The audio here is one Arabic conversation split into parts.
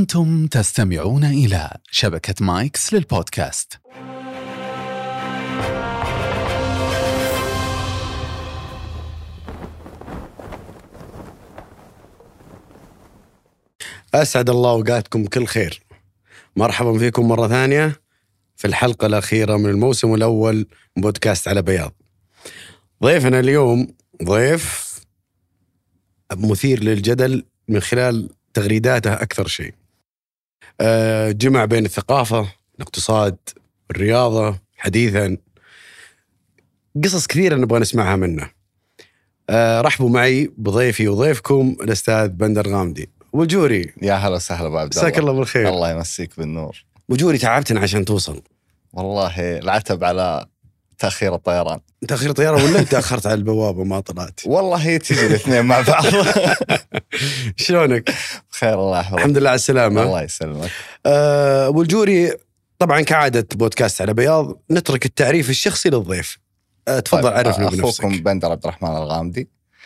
أنتم تستمعون إلى شبكة مايكس للبودكاست. أسعد الله أوقاتكم بكل خير. مرحبا فيكم مرة ثانية في الحلقة الأخيرة من الموسم الأول من بودكاست على بياض. ضيفنا اليوم ضيف مثير للجدل من خلال تغريداته أكثر شيء. جمع بين الثقافة، الاقتصاد، الرياضة، حديثا قصص كثيرة نبغى نسمعها منه. رحبوا معي بضيفي وضيفكم الأستاذ بندر غامدي. وجوري، يا هلا وسهلا ابو عبد الله. مساك الله بالخير. الله يمسيك بالنور. وجوري، تعبتنا عشان توصل. والله العتب على تأخير الطيران. تأخير طيارة ولا انت أخرت على البوابة وما طلعت؟ والله هي تيجي الاثنين مع بعض. شلونك؟ بخير الله يحفظك. الحمد لله على السلامة. الله يسلمك. والجوري، طبعا كعادة بودكاست على بياض نترك التعريف الشخصي للضيف. تفضل طيب، عرفنا بنفسك. أخوكم بندر عبد الرحمن الغامدي.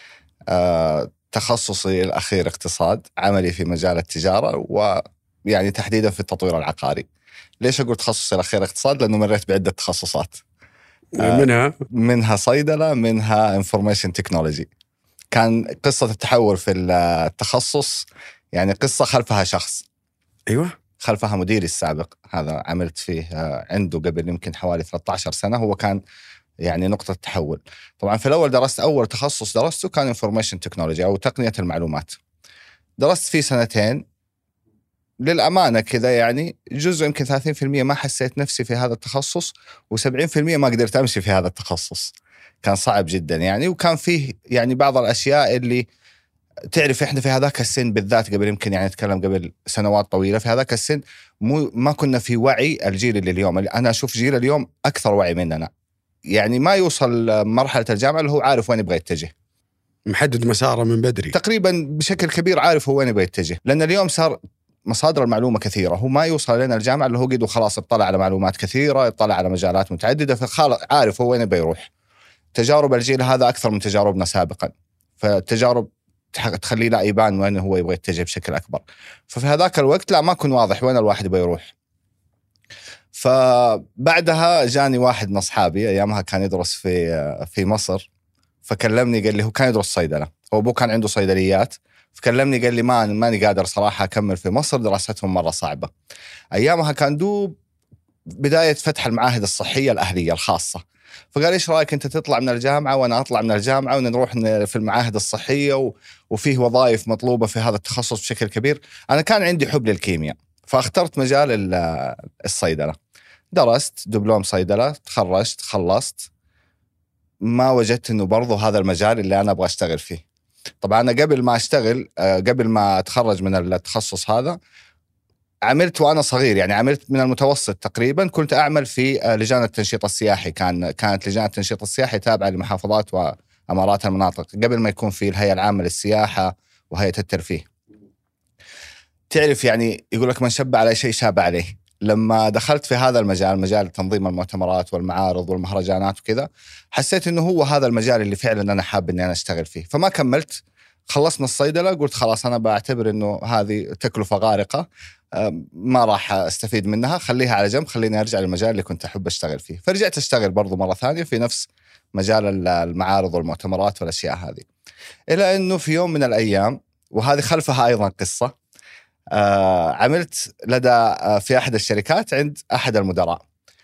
تخصصي الأخير اقتصاد، عملي في مجال التجارة ويعني تحديدا في التطوير العقاري. ليش أقول تخصصي الأخير اقتصاد؟ لأنه مريت بعدة تخصصات. منها صيدلة، منها انفورميشن تكنولوجي. كان قصة التحول في التخصص يعني قصة خلفها شخص. أيوة، خلفها مديري السابق، هذا عملت فيه عنده قبل يمكن حوالي 13 سنة. هو كان يعني نقطة تحول. طبعا في الأول أول تخصص درسته كان انفورميشن تكنولوجي أو تقنية المعلومات. درست فيه 2 سنين. للأمانة كذا يعني جزء يمكن 30% ما حسيت نفسي في هذا التخصص، و70% ما قدرت أمشي في هذا التخصص. كان صعب جدا يعني، وكان فيه يعني بعض الأشياء اللي تعرف إحنا في هذاك السن بالذات، قبل يمكن يعني نتكلم قبل سنوات طويلة، في هذاك السن ما كنا في وعي الجيل اللي اليوم. أنا أشوف جيل اليوم أكثر وعي مننا، يعني ما يوصل مرحلة الجامعة اللي هو عارف وين يبغى يتجه، محدد مساره من بدري تقريبا بشكل كبير، عارف هو وين يبغى يتجه. لأن اليوم صار مصادر المعلومة كثيرة، هو ما يوصل لنا الجامعة اللي هو قد وخلاص اطلع على معلومات كثيرة، اطلع على مجالات متعددة، فخلاص عارف هو وين يبغى يروح. تجارب الجيل هذا أكثر من تجاربنا سابقا، فالتجارب تخليه لا يبان وين هو يبغى يتجه بشكل أكبر. ففي هذاك الوقت لا ما كان واضح وين الواحد يبغى يروح. فبعدها جاني واحد من أصحابي، أيامها كان يدرس في مصر، فكلمني قال لي، هو كان يدرس صيدلة، هو أبوه كان عنده صيدليات، فكلمني قال لي ماني قادر صراحة أكمل في مصر، دراستهم مرة صعبة. أيامها كان دوب بداية فتح المعاهد الصحية الأهلية الخاصة، فقال إيش رأيك أنت تطلع من الجامعة وأنا أطلع من الجامعة ونروح في المعاهد الصحية وفيه وظائف مطلوبة في هذا التخصص بشكل كبير. أنا كان عندي حب للكيمياء، فاخترت مجال الصيدلة. درست دبلوم صيدلة، تخرجت، خلصت، ما وجدت إنه برضو هذا المجال اللي أنا أبغى أشتغل فيه. طبعا أنا قبل ما أشتغل، قبل ما أتخرج من التخصص هذا، عملت وأنا صغير، يعني عملت من المتوسط تقريبا، كنت أعمل في لجان التنشيط السياحي. كانت لجان التنشيط السياحي تابعة لمحافظات وأمارات المناطق، قبل ما يكون في الهيئة العامة للسياحة وهيئة الترفيه. تعرف يعني يقول لك من شب على شيء شاب عليه. لما دخلت في هذا المجال، مجال تنظيم المؤتمرات والمعارض والمهرجانات وكذا، حسيت إنه هو هذا المجال اللي فعلا أنا حاب إني أنا أشتغل فيه. فما كملت، خلصنا الصيدلة، قلت خلاص أنا بعتبر إنه هذه تكلفة غارقة، ما راح أستفيد منها، خليها على جنب، خليني أرجع للمجال اللي كنت أحب أشتغل فيه. فرجعت أشتغل برضو مرة ثانية في نفس مجال المعارض والمؤتمرات والأشياء هذه، إلى إنه في يوم من الأيام، وهذه خلفها أيضا قصة، عملت لدى في أحد الشركات عند أحد المدراء،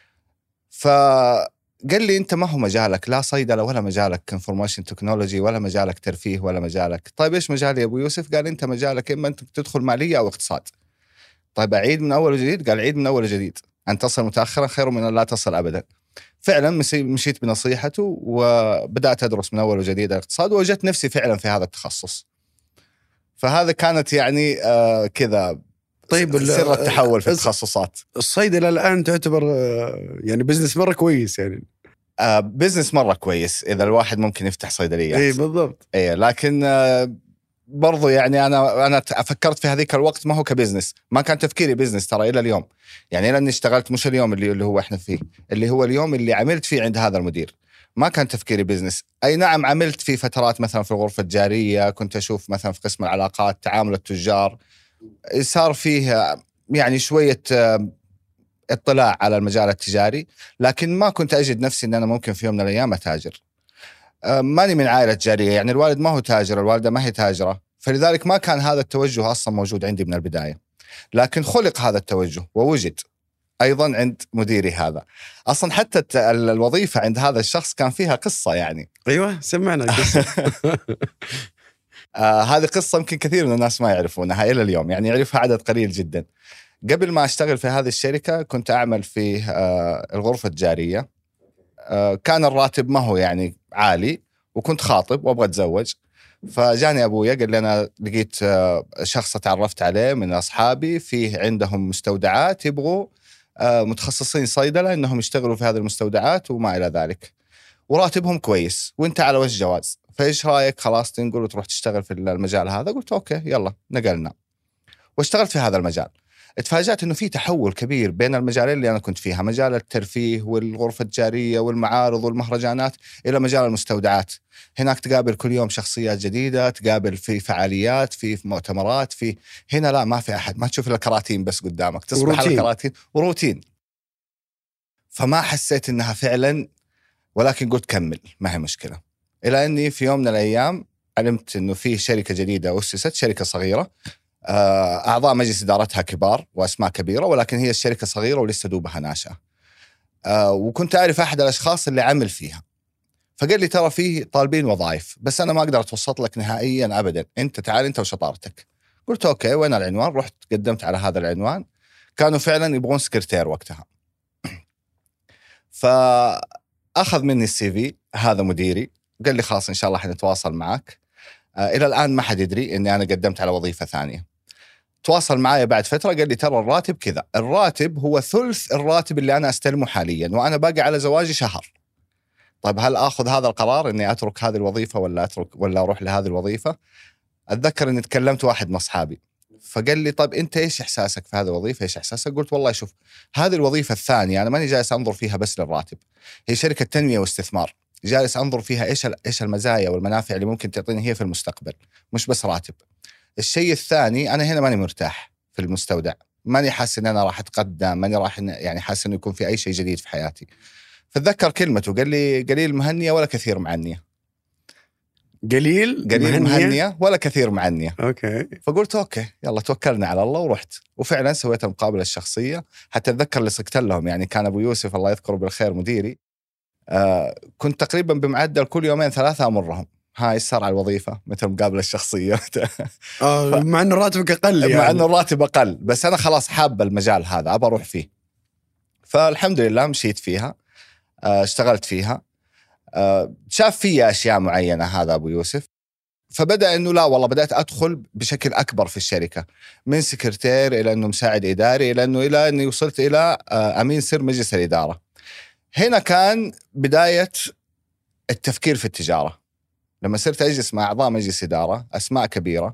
فقال لي أنت ما هو مجالك لا صيدلة ولا مجالك انفورميشن تكنولوجي ولا مجالك ترفيه ولا مجالك. طيب إيش مجالي يا أبو يوسف؟ قال أنت مجالك إما أنت تدخل مالية أو اقتصاد. طيب أعيد من أول وجديد؟ قال عيد من أول وجديد، أن تصل متأخرا خير من أن لا تصل أبدا. فعلا مشيت بنصيحته وبدأت أدرس من أول وجديد الاقتصاد، ووجدت نفسي فعلا في هذا التخصص. فهذا كانت يعني كذا طيب سر التحول في التخصصات. الصيدلة الآن تعتبر يعني بزنس مرة كويس، يعني بزنس مرة كويس إذا الواحد ممكن يفتح صيدليات. إيه بالضبط. إيه، لكن برضو يعني أنا فكرت في هذيك الوقت ما هو كبزنس، ما كان تفكيري بزنس ترى إلى اليوم. يعني إلى أني اشتغلت، مش اليوم اللي هو إحنا فيه، اللي هو اليوم اللي عملت فيه عند هذا المدير، ما كان تفكيري بزنس. أي نعم عملت في فترات مثلا في الغرفة التجارية، كنت أشوف مثلا في قسم العلاقات، تعامل التجار، صار فيه يعني شوية اطلاع على المجال التجاري، لكن ما كنت أجد نفسي أن أنا ممكن في يوم من الأيام أتاجر. ماني من عائلة تجارية، يعني الوالد ما هو تاجر، الوالدة ما هي تاجرة، فلذلك ما كان هذا التوجه أصلا موجود عندي من البداية. لكن خلق هذا التوجه ووجد أيضا عند مديري هذا. أصلا حتى الوظيفة عند هذا الشخص كان فيها قصة يعني. أيوة سمعنا القصة. هذه قصة يمكن كثير من الناس ما يعرفونها إلى اليوم، يعني يعرفها عدد قليل جدا. قبل ما أشتغل في هذه الشركة كنت أعمل في الغرفة التجارية. كان الراتب ما هو يعني عالي، وكنت خاطب وأبغى أتزوج. فجاني أبويا قال لي أنا لقيت شخص تعرفت عليه من أصحابي فيه عندهم مستودعات، يبغوا متخصصين صيدلة إنهم يشتغلوا في هذه المستودعات وما إلى ذلك، وراتبهم كويس وانت على وجه جواز، فإيش رأيك خلاص تنقل وتروح تشتغل في المجال هذا؟ قلت أوكي يلا. نقلنا واشتغلت في هذا المجال. اتفاجأت إنه في تحول كبير بين المجالين اللي أنا كنت فيها، مجال الترفيه والغرفة التجارية والمعارض والمهرجانات، إلى مجال المستودعات. هناك تقابل كل يوم شخصيات جديدة، تقابل في فعاليات، في مؤتمرات، في هنا لا ما في أحد، ما تشوف إلا كراتين بس قدامك، تصبح على كراتين وروتين. فما حسيت إنها فعلا، ولكن قلت كمل ما هي مشكلة. إلى أني في يوم من الأيام علمت إنه في شركة جديدة أسست، شركة صغيرة، أعضاء مجلس إدارتها كبار وأسماء كبيرة، ولكن هي الشركة صغيرة ولسه دوبها ناشئة. وكنت أعرف أحد الأشخاص اللي عمل فيها، فقال لي ترى فيه طالبين وظائف بس أنا ما أقدر أتوسط لك نهائيا أبدا، أنت تعال أنت وشطارتك. قلت أوكي وين العنوان؟ رحت قدمت على هذا العنوان. كانوا فعلا يبغون سكرتير وقتها. فأخذ مني الCV، هذا مديري، قال لي خلاص إن شاء الله حنتواصل معك. إلى الآن ما حد يدري إني أنا قدمت على وظيفة ثانية. تواصل معايا بعد فترة قال لي ترى الراتب كذا، الراتب هو ثلث الراتب اللي أنا أستلمه حاليا، وأنا باقي على زواجي شهر. طيب هل أخذ هذا القرار إني أترك هذه الوظيفة ولا أروح لهذه الوظيفة؟ أتذكر إني تكلمت واحد من أصحابي فقال لي طيب أنت إيش إحساسك في هذه الوظيفة؟ إيش إحساسك؟ قلت والله شوف، هذه الوظيفة الثانية أنا ماني جالس أنظر فيها بس للراتب، هي شركة تنمية واستثمار، جالس أنظر فيها إيش المزايا والمنافع اللي ممكن تعطيني هي في المستقبل، مش بس راتب. الشيء الثاني أنا هنا ماني مرتاح في المستودع، ماني حاسس إن أنا راح أتقدم، ماني راح يعني حاسس إنه يكون في أي شيء جديد في حياتي. فتذكر كلمته، قال لي قليل مهنية ولا كثير معنية. قليل مهنية ولا كثير معنية. أوكي. فقلت أوكي يلا توكلنا على الله ورحت، وفعلا سويت المقابلة الشخصية. حتى أتذكر اللي سكت لهم يعني كان أبو يوسف الله يذكره بالخير مديري. كنت تقريبا بمعدل كل يومين 3 أمرهم، هاي صار على الوظيفة مثل المقابلة الشخصية. مع أنه راتبك أقل يعني. مع أنه الراتب أقل، بس أنا خلاص حاب المجال هذا أبى أروح فيه. فالحمد لله مشيت فيها، اشتغلت فيها. شاف فيها أشياء معينة هذا أبو يوسف، فبدأ أنه لا والله بدأت أدخل بشكل أكبر في الشركة، من سكرتير إلى أنه مساعد إداري، إلى أني وصلت إلى أمين سر مجلس الإدارة. هنا كان بداية التفكير في التجارة، لما صرت أجلس مع أعضاء مجلس إدارة أسماء كبيرة،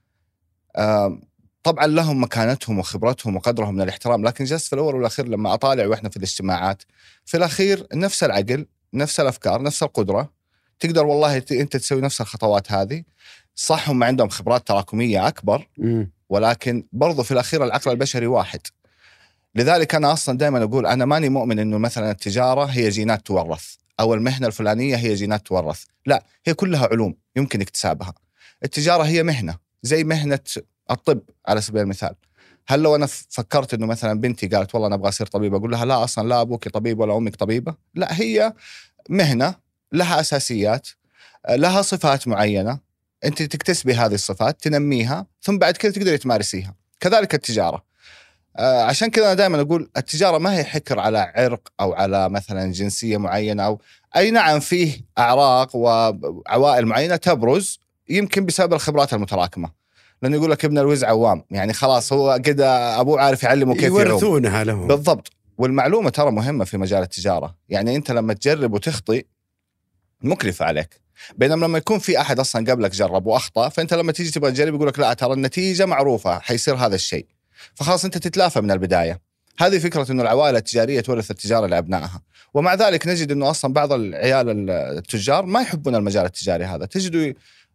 طبعا لهم مكانتهم وخبرتهم وقدرهم من الاحترام، لكن جلست في الأول والأخير لما أطالع وإحنا في الاجتماعات في الأخير نفس العقل، نفس الأفكار، نفس القدرة، تقدر والله أنت تسوي نفس الخطوات هذه. صح هم عندهم خبرات تراكمية أكبر، ولكن برضو في الأخير العقل البشري واحد. لذلك أنا أصلا دائما أقول أنا ماني مؤمن أنه مثلا التجارة هي جينات تورث، أو المهنة الفلانية هي جينات تورث، لا، هي كلها علوم يمكن اكتسابها. التجارة هي مهنة زي مهنة الطب على سبيل المثال. هل لو أنا فكرت أنه مثلا بنتي قالت والله أنا أبغى أصير طبيبة، أقول لها لا أصلا لا أبوك طبيب ولا أمك طبيبة؟ لا، هي مهنة لها أساسيات، لها صفات معينة، أنت تكتسبي هذه الصفات تنميها ثم بعد كده تقدري تمارسيها. كذلك التجارة. عشان كذا أنا دائما أقول التجارة ما هي حكر على عرق أو على مثلا جنسية معينة، أو أي نعم فيه أعراق وعوائل معينة تبرز يمكن بسبب الخبرات المتراكمة، لأنه يقول لك ابن الوز عوام، يعني خلاص هو كده أبوه عارف يعلمه كيف يورثونها لهم. بالضبط. والمعلومة ترى مهمة في مجال التجارة، يعني أنت لما تجرب وتخطئ مكلفة عليك، بينما لما يكون في أحد أصلا قبلك جرب وأخطأ، فأنت لما تيجي تبغى تجرب يقول لك لا ترى النتيجة معروفة حيصير هذا الشيء، فخلاص أنت تتلافى من البداية. هذه فكرة إنه العوائل التجارية تورث التجارة لأبنائها، ومع ذلك نجد إنه أصلا بعض العيال التجار ما يحبون المجال التجاري هذا. تجدوا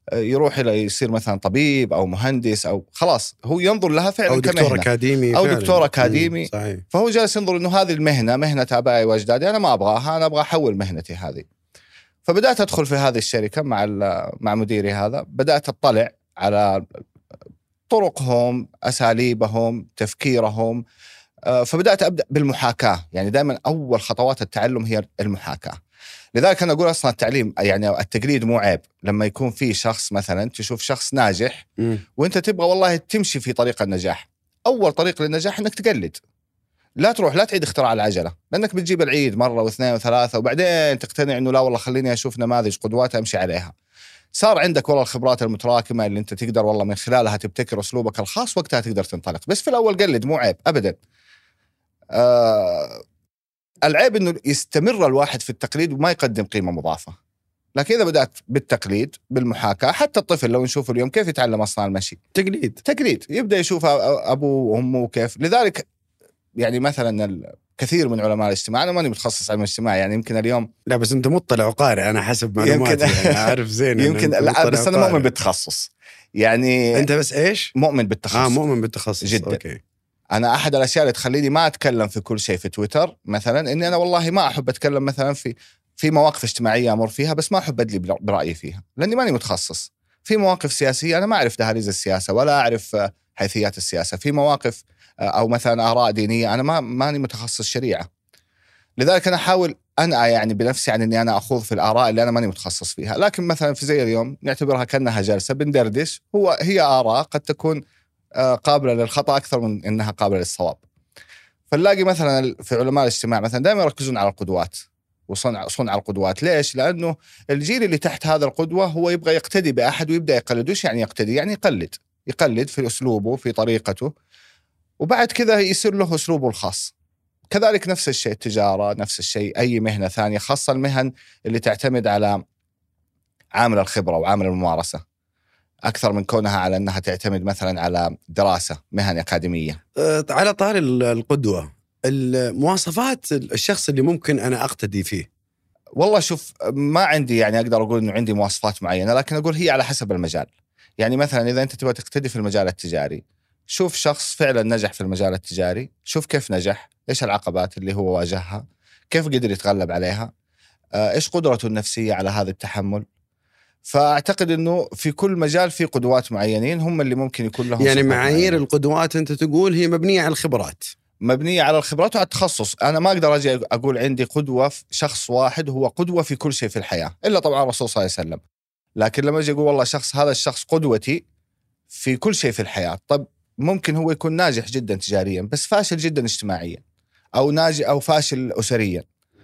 يروح إلى يصير مثلا طبيب أو مهندس أو خلاص هو ينظر لها فعلا أو دكتور كمهنة أكاديمي أو فعلاً. دكتور أكاديمي. صحيح. فهو جالس ينظر إنه هذه المهنة مهنة آبائي وأجدادي، أنا ما أبغاها، أنا أبغى أحول مهنتي هذه. فبدأت أدخل في هذه الشركة مع مديري هذا، بدأت أطلع على طرقهم، أساليبهم، تفكيرهم. فبدأت أبدأ بالمحاكاة، يعني دائما أول خطوات التعلم هي المحاكاة. لذلك أنا أقول أصلا التعليم يعني التقليد مو عيب. لما يكون في شخص مثلا تشوف شخص ناجح وأنت تبغى والله تمشي في طريق النجاح، أول طريق للنجاح أنك تقلد. لا تروح لا تعيد اختراع العجلة، لأنك بتجيب العيد مرة واثنين وثلاثة وبعدين تقتنع أنه لا والله خليني أشوف نماذج قدوات أمشي عليها. صار عندك والله الخبرات المتراكمة اللي أنت تقدر والله من خلالها تبتكر أسلوبك الخاص، وقتها تقدر تنطلق. بس في الأول قلد، مو عيب أبدا. العيب أنه يستمر الواحد في التقليد وما يقدم قيمة مضافة. لكن إذا بدأت بالتقليد بالمحاكاة، حتى الطفل لو نشوف اليوم كيف يتعلم أصلا المشي، تقليد يبدأ يشوف أبوه وأمه كيف. لذلك يعني مثلا كثير من علماء الاجتماع، أنا ماني متخصص علم اجتماع يعني يمكن اليوم، لا بس أنت مطلع وقارئ أنا حسب معلوماتي يعني عارف زين يمكن لا بس أنا مؤمن بالتخصص. يعني أنت بس إيش؟ مؤمن بالتخصص. مؤمن بالتخصص جدا. أوكي. أنا أحد الأشياء اللي تخليني ما أتكلم في كل شيء في تويتر مثلا، إني أنا والله ما أحب أتكلم مثلا في مواقف اجتماعية أمر فيها، بس ما أحب أدلي برأيي فيها لأني ماني متخصص. في مواقف سياسية أنا ما أعرف دهاليز السياسة ولا أعرف حيثيات السياسة. في مواقف أو مثلا آراء دينية أنا ماني متخصص شريعة. لذلك أنا أحاول أنا يعني بنفسي عن إني أنا أخوض في الآراء اللي أنا ماني متخصص فيها. لكن مثلا في زي اليوم نعتبرها كأنها جلسة بندردش، هي آراء قد تكون قابلة للخطأ أكثر من إنها قابلة للصواب. فنلاقي مثلا في علماء الاجتماع مثلا دائما يركزون على القدوات وصنع القدوات. ليش؟ لأنه الجيل اللي تحت هذا القدوة هو يبغى يقتدي بأحد ويبدأ يقلد. وش يعني يقتدي؟ يعني يقلد في أسلوبه في طريقته، وبعد كذا يصير له أسلوبه الخاص. كذلك نفس الشيء التجارة، نفس الشيء أي مهنة ثانية، خاصة المهن اللي تعتمد على عامل الخبرة وعامل الممارسة أكثر من كونها على أنها تعتمد مثلا على دراسة مهن أكاديمية. على طاري القدوة، المواصفات الشخص اللي ممكن أنا أقتدي فيه. والله شوف، ما عندي يعني أقدر أقول أنه عندي مواصفات معينة، لكن أقول هي على حسب المجال. يعني مثلا إذا أنت تبغى تقتدي في المجال التجاري، شوف شخص فعلا نجح في المجال التجاري، شوف كيف نجح، إيش العقبات اللي هو واجهها، كيف قدر يتغلب عليها، إيش قدرته النفسية على هذا التحمل. فأعتقد أنه في كل مجال في قدوات معينين هم اللي ممكن يكون لهم يعني معايير القدوات أنت تقول هي مبنية على الخبرات، مبنية على الخبرات وعلى التخصص. أنا ما أقدر أجي أقول عندي قدوة في شخص واحد هو قدوة في كل شيء في الحياة إلا طبعا الرسول صلى الله عليه وسلم. لكن لما أجي أقول والله هذا الشخص قدوتي في كل شيء في الحياة، طب ممكن هو يكون ناجح جدا تجاريا بس فاشل جدا اجتماعيا، أو ناجح أو فاشل أسريا.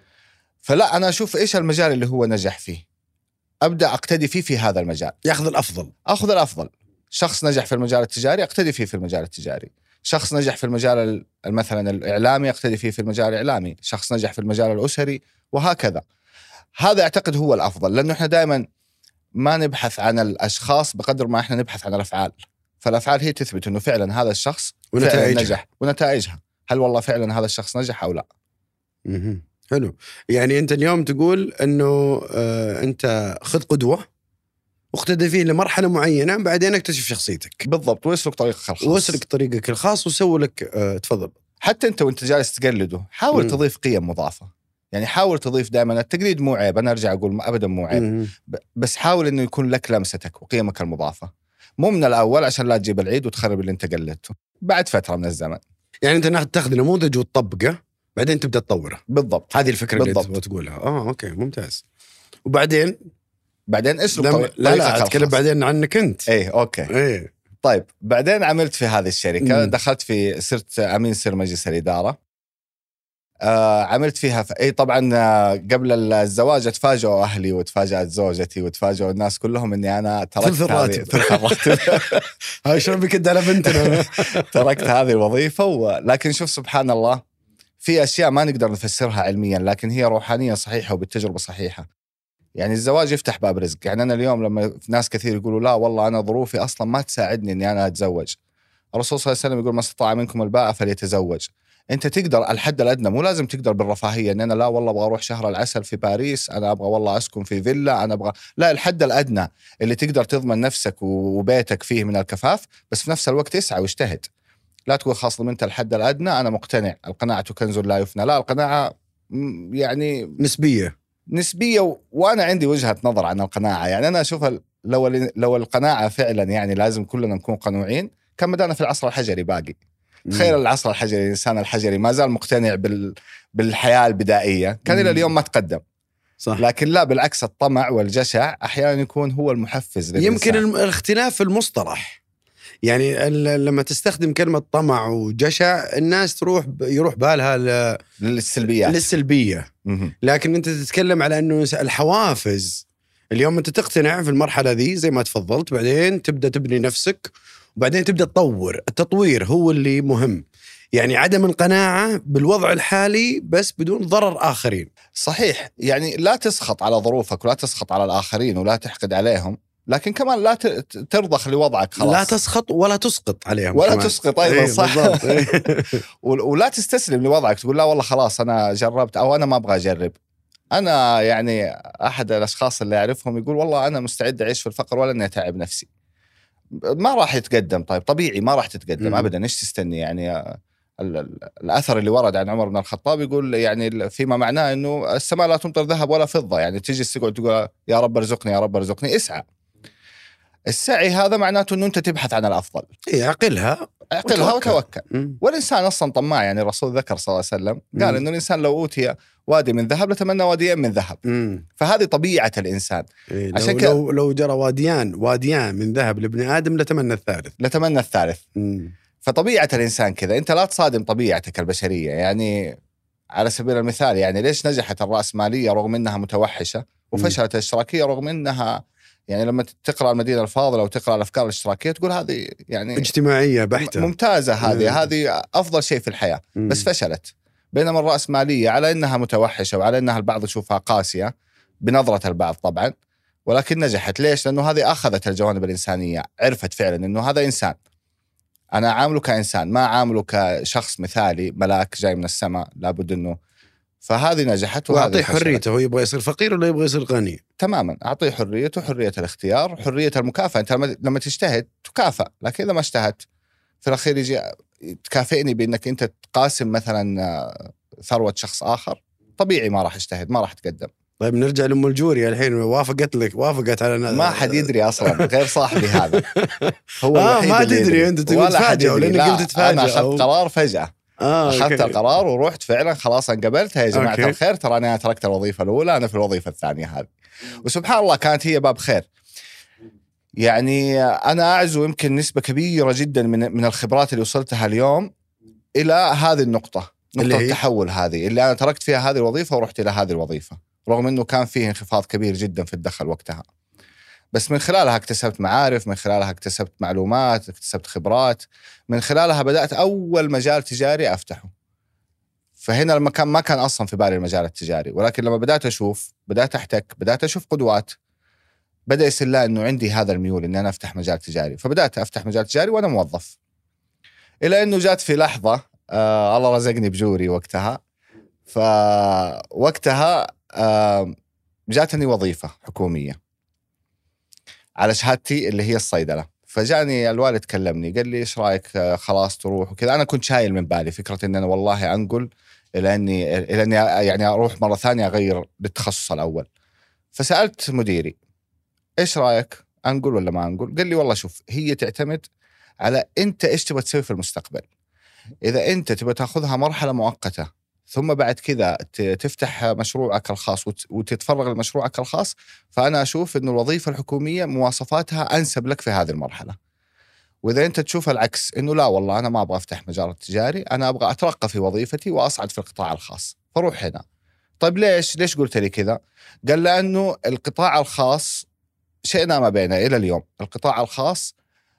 فلا، أنا أشوف إيش المجال اللي هو نجح فيه، أبدأ أقتدي فيه في هذا المجال، أخذ الأفضل. شخص نجح في المجال التجاري أقتدي فيه في المجال التجاري، شخص نجح في المجال مثلا الإعلامي أقتدي فيه في المجال الإعلامي، شخص نجح في المجال الأسري، وهكذا. هذا أعتقد هو الأفضل، لأنه إحنا دائما ما نبحث عن الأشخاص بقدر ما إحنا نبحث عن الأفعال. فالأفعال هي تثبت أنه فعلا هذا الشخص فعلا نجح، ونتائجها هل والله فعلا هذا الشخص نجح أو لا. حلو. يعني أنت اليوم تقول أنه أنت خذ قدوة واقتدي فيه لمرحلة معينة، بعدين اكتشف شخصيتك. بالضبط، ويسلك طريقك الخاص وسوي لك تفضل. حتى أنت وأنت جالس تقلده حاول تضيف قيم مضافة. يعني حاول تضيف دائما. التقليد مو عيب، أنا أرجع أقول أبدا مو عيب، بس حاول إنه يكون لك لمستك وقيمك المضافة، مو من الأول عشان لا تجيب العيد وتخرب اللي أنت قلدته بعد فترة من الزمن. يعني أنت تاخذ نموذج وتطبقه بعدين تبدأ تطوره. بالضبط، هذه الفكرة بالضبط. اللي تقولها. أوكي ممتاز. وبعدين اسلك لا أتكلم بعدين عنك أنت. أوكي. طيب بعدين عملت في هذه الشركة، دخلت صرت أمين سر مجلس الإدارة. عملت فيها طبعا قبل الزواج اتفاجئوا أهلي وتفاجأت زوجتي وتفاجئوا الناس كلهم إني أنا تركت هاي شو بكد على بنتنا. تركت هذه الوظيفة. لكن شوف سبحان الله، في أشياء ما نقدر نفسرها علميا لكن هي روحانيا صحيحة وبالتجربة صحيحة. يعني الزواج يفتح باب رزق. يعني أنا اليوم لما ناس كثير يقولوا لا والله أنا ظروفي أصلا ما تساعدني إني أنا أتزوج، الرسول صلى الله عليه وسلم يقول ما استطاع منكم الباءة فليتزوج. انت تقدر الحد الادنى، مو لازم تقدر بالرفاهيه ان انا لا والله ابغى اروح شهر العسل في باريس، انا ابغى والله اسكن في فيلا، انا ابغى، لا، الحد الادنى اللي تقدر تضمن نفسك وبيتك فيه من الكفاف، بس في نفس الوقت اسعى واجتهد. لا تقول خاص انت الحد الادنى انا مقتنع، القناعه كنز لا يفنى. لا، القناعه يعني نسبيه وانا عندي وجهه نظر عن القناعه. يعني انا اشوف لو القناعه فعلا يعني لازم كلنا نكون قنوعين، كان بدأنا في العصر الحجري باقي. تخيل العصر الحجري، الإنسان الحجري ما زال مقتنع بالحياة البدائية، كان إلى اليوم ما تقدم. صح. لكن لا، بالعكس، الطمع والجشع أحيانا يكون هو المحفز للإنسان. يمكن الاختلاف في المصطلح، يعني لما تستخدم كلمة طمع وجشع الناس يروح بالها للسلبية. لكن أنت تتكلم على أنه الحوافز. اليوم أنت تقتنع في المرحلة ذي زي ما تفضلت، بعدين تبدأ تبني نفسك، وبعدين تبدأ تطور. التطوير هو اللي مهم، يعني عدم القناعة بالوضع الحالي بس بدون ضرر آخرين. صحيح، يعني لا تسخط على ظروفك ولا تسخط على الآخرين ولا تحقد عليهم، لكن كمان لا ترضخ لوضعك خلاص. لا تسخط ولا تسقط عليهم ولا كمان. تسقط أيضا. صح. ولا تستسلم لوضعك، تقول لا والله خلاص أنا جربت أو أنا ما أبغى أجرب. أنا يعني أحد الأشخاص اللي أعرفهم يقول والله أنا مستعد أعيش في الفقر ولا أني أتعب نفسي. ما راح يتقدم. طيب طبيعي ما راح تتقدم أبدا، إيش تستني؟ يعني الأثر اللي ورد عن عمر بن الخطاب يقول يعني فيما معناه أنه السماء لا تمطر ذهب ولا فضة، يعني تجي تقعد تقول يا رب ارزقني يا رب ارزقني. اسعى. السعي هذا معناته أنه أنت تبحث عن الأفضل. عقلها وتوكل. والإنسان أصلا طماع، يعني الرسول ذكر صلى الله عليه وسلم قال أنه الإنسان لو أوتي وادي من ذهب لتمنى واديين من ذهب. فهذه طبيعة الإنسان. عشان لو جرى واديان من ذهب لابن آدم لتمنى الثالث. فطبيعة الإنسان كذا، أنت لا تصادم طبيعتك البشرية. يعني على سبيل المثال، يعني ليش نجحت الرأسمالية رغم أنها متوحشة، وفشلت الاشتراكية رغم أنها، يعني لما تقرأ المدينة الفاضلة وتقرأ الأفكار الاشتراكية تقول هذه يعني اجتماعية بحتة ممتازة، هذه أفضل شيء في الحياة. بس فشلت. بينما الرأسمالية على أنها متوحشة وعلى أنها البعض يشوفها قاسية بنظرة البعض طبعا، ولكن نجحت. ليش؟ لأنه هذه أخذت الجوانب الإنسانية، عرفت فعلا أنه هذا إنسان، أنا عامله كإنسان، ما عامله كشخص مثالي ملاك جاي من السماء لابد أنه. فهذه نجحت. وأعطيه حريته، هو يبغى يصير فقير ولا يبغى يصير غني. تماما، أعطيه حريته، حرية الاختيار، حرية المكافأة. أنت لما تجتهد تكافأ، لكن إذا ما اجتهدت في الأخير يجي تكافئني بأنك أنت تقاسم مثلا ثروة شخص آخر، طبيعي ما راح اجتهد، ما راح تقدم. طيب نرجع لأم الجوري الحين، وافقت على ما حد يدري أصلا غير صاحبي هذا. هو ما تدري أنت تقول تفاجأ، لأنك قلت تفاجأ. أنا أخذت قرار فجأة. أخذت القرار ورحت فعلا خلاص انقبلت. يا جماعة الخير، ترى أنا تركت الوظيفة الأولى، أنا في الوظيفة الثانية هذه. وسبحان الله كانت هي باب خير. يعني أنا أعزو يمكن نسبة كبيرة جدا من الخبرات اللي وصلتها اليوم إلى هذه نقطة التحول هذه اللي أنا تركت فيها هذه الوظيفة ورحت إلى هذه الوظيفة، رغم أنه كان فيه انخفاض كبير جدا في الدخل وقتها. بس من خلالها اكتسبت معارف، من خلالها اكتسبت معلومات، اكتسبت خبرات، من خلالها بدأت أول مجال تجاري أفتحه. فهنا المكان ما كان أصلا في بالي المجال التجاري، ولكن لما بدأت أشوف، بدأت أحتك، بدأت أشوف قدوات، بدأ يصير لا أنه عندي هذا الميول أن أنا أفتح مجال تجاري. فبدأت أفتح مجال تجاري وأنا موظف، إلى أنه جات في لحظة الله رزقني بجوري وقتها. فوقتها جاتني وظيفة حكومية على شهادتي اللي هي الصيدلة. فجاني الوالد كلمني قال لي إيش رأيك خلاص تروح وكذا. أنا كنت شايل من بالي فكرة إن أنا والله أنقل إلى أني يعني أروح مرة ثانية أغير للتخصص الأول. فسألت مديري إيش رأيك أنقل ولا ما أنقل؟ قال لي والله شوف، هي تعتمد على أنت إيش تبغى تسوي في المستقبل. إذا أنت تبغى تأخذها مرحلة مؤقتة ثم بعد كذا تفتح مشروعك الخاص وتتفرغ لمشروعك الخاص، فأنا أشوف أن الوظيفة الحكومية مواصفاتها أنسب لك في هذه المرحلة. وإذا أنت تشوف العكس، أنه لا والله أنا ما أبغى أفتح مجال التجاري، أنا أبغى أترقى في وظيفتي وأصعد في القطاع الخاص، فروح هنا. طيب ليش قلت لي كذا؟ قال لأنه القطاع الخاص شئنا ما بينه إلى اليوم، القطاع الخاص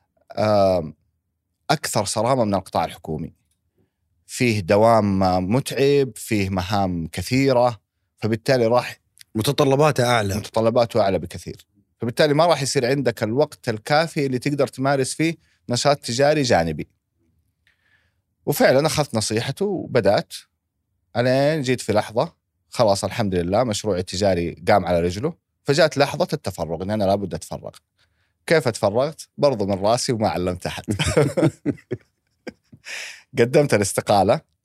أكثر صرامة من القطاع الحكومي، فيه دوام متعب، فيه مهام كثيرة، فبالتالي راح متطلباته أعلى بكثير. فبالتالي ما راح يصير عندك الوقت الكافي اللي تقدر تمارس فيه نشاط تجاري جانبي. وفعلا أخذت نصيحته وبدأت. ألين جيت في لحظة خلاص الحمد لله مشروعي التجاري قام على رجله، فجاءت لحظة التفرغ إن أنا لابد أتفرغ. كيف اتفرغت؟ برضو من راسي وما علمت أحد. قدمت الاستقالة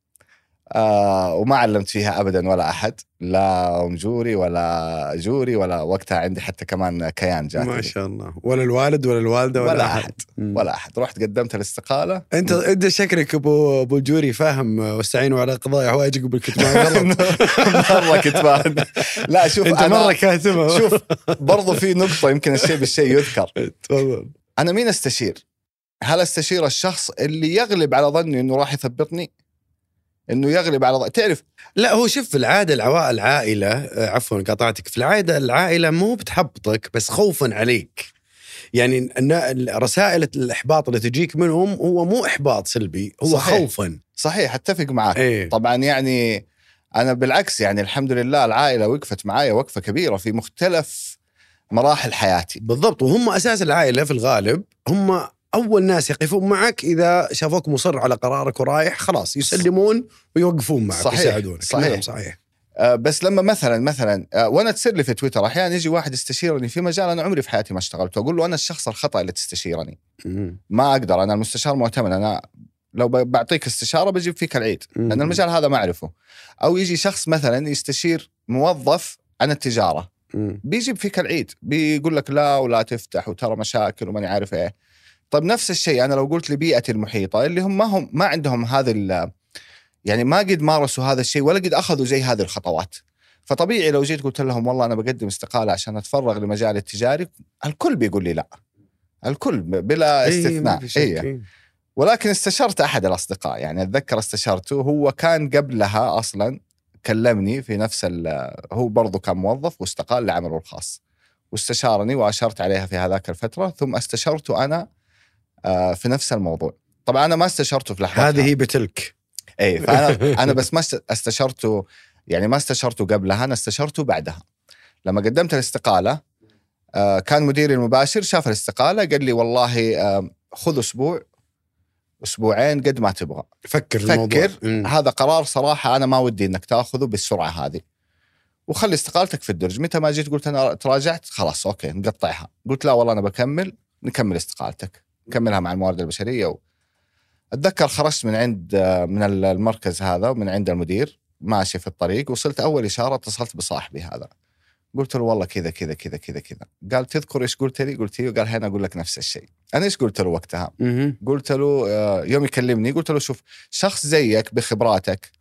وما علمت فيها أبدا ولا أحد، لا أمجوري ولا جوري ولا وقتها عندي حتى كمان كيان جاتني ما شاء الله، ولا الوالد ولا الوالدة ولا أحد ولا أحد. رحت قدمت الاستقالة. أنت شكلك أبو الجوري فاهم، واستعينوا على قضاء حوائجكم بالكتمان. مرة كتمان. لا شوف أنت أنا مرة كاتمة. شوف برضو في نقطة يمكن الشيء بالشيء يذكر. تفضل. أنا مين استشير؟ هل استشير الشخص اللي يغلب على ظني إنه راح يثبطني؟ إنه يغلب على تعرف؟ لا هو شوف، في العادة العائلة عفوا قاطعتك، في العادة العائلة مو بتحبطك بس خوفا عليك. يعني أن رسائل الإحباط اللي تجيك منهم هو مو إحباط سلبي، هو صحيح. خوفا. صحيح، أتفق معك. إيه؟ طبعا يعني أنا بالعكس، يعني الحمد لله العائلة وقفت معايا وقفة كبيرة في مختلف مراحل حياتي. بالضبط، وهم أساس العائلة في الغالب، هم أول ناس يقفون معك إذا شافوك مصر على قرارك ورايح خلاص يسلمون ويوقفون معك. صحيح. يساعدونك. صحيح. صحيح. بس لما مثلا وانا تصير لي في تويتر احيانا يجي واحد يستشيرني في مجال انا عمري في حياتي ما اشتغلت، واقول له انا الشخص الخطأ اللي تستشيرني. ما اقدر، انا المستشار معتمد، انا لو بعطيك استشارة بجيب فيك العيد لان المجال هذا ما اعرفه. او يجي شخص مثلا يستشير موظف عن التجارة بيجيب فيك العيد، بيقول لك لا ولا تفتح وترى مشاكل وماني عارف ايه. طيب نفس الشيء انا لو قلت لبيئتي المحيطة اللي هم ما عندهم هذا يعني ما قد مارسوا هذا الشيء ولا قد أخذوا زي هذه الخطوات، فطبيعي لو جيت قلت لهم والله أنا بقدم استقالة عشان أتفرغ لمجال التجاري، الكل بيقول لي لا، الكل بلا استثناء. ولكن استشرت أحد الأصدقاء، يعني أتذكر استشرته، هو كان قبلها أصلا كلمني في نفس هو برضو كان موظف واستقال لعمله الخاص، واستشارني وأشرت عليها في هذاك الفترة، ثم استشرته أنا في نفس الموضوع. طبعا أنا ما استشرته في لحظة هذه بتلك. اي، فانا بس ما استشرته، يعني ما استشرته قبلها، انا استشرته بعدها. لما قدمت الاستقالة كان مديري المباشر شاف الاستقالة قال لي والله خذ أسبوعين قد ما تبغى، فكر. هذا قرار صراحة أنا ما ودي أنك تأخذه بالسرعة هذه، وخلي استقالتك في الدرج. متى ما جيت قلت أنا تراجعت خلاص أوكي نقطعها، قلت لا والله أنا نكمل استقالتك، نكملها مع الموارد البشرية. أتذكر خرجت من المركز هذا ومن عند المدير، ماشي في الطريق، وصلت أول إشارة اتصلت بصاحبي هذا، قلت له والله كذا كذا كذا كذا كذا. قال تذكر إيش قلت لي؟ قلت له. قال هنا أقول لك نفس الشيء. أنا إيش قلت له وقتها؟ قلت له يوم يكلمني قلت له شوف، شخص زيك بخبراتك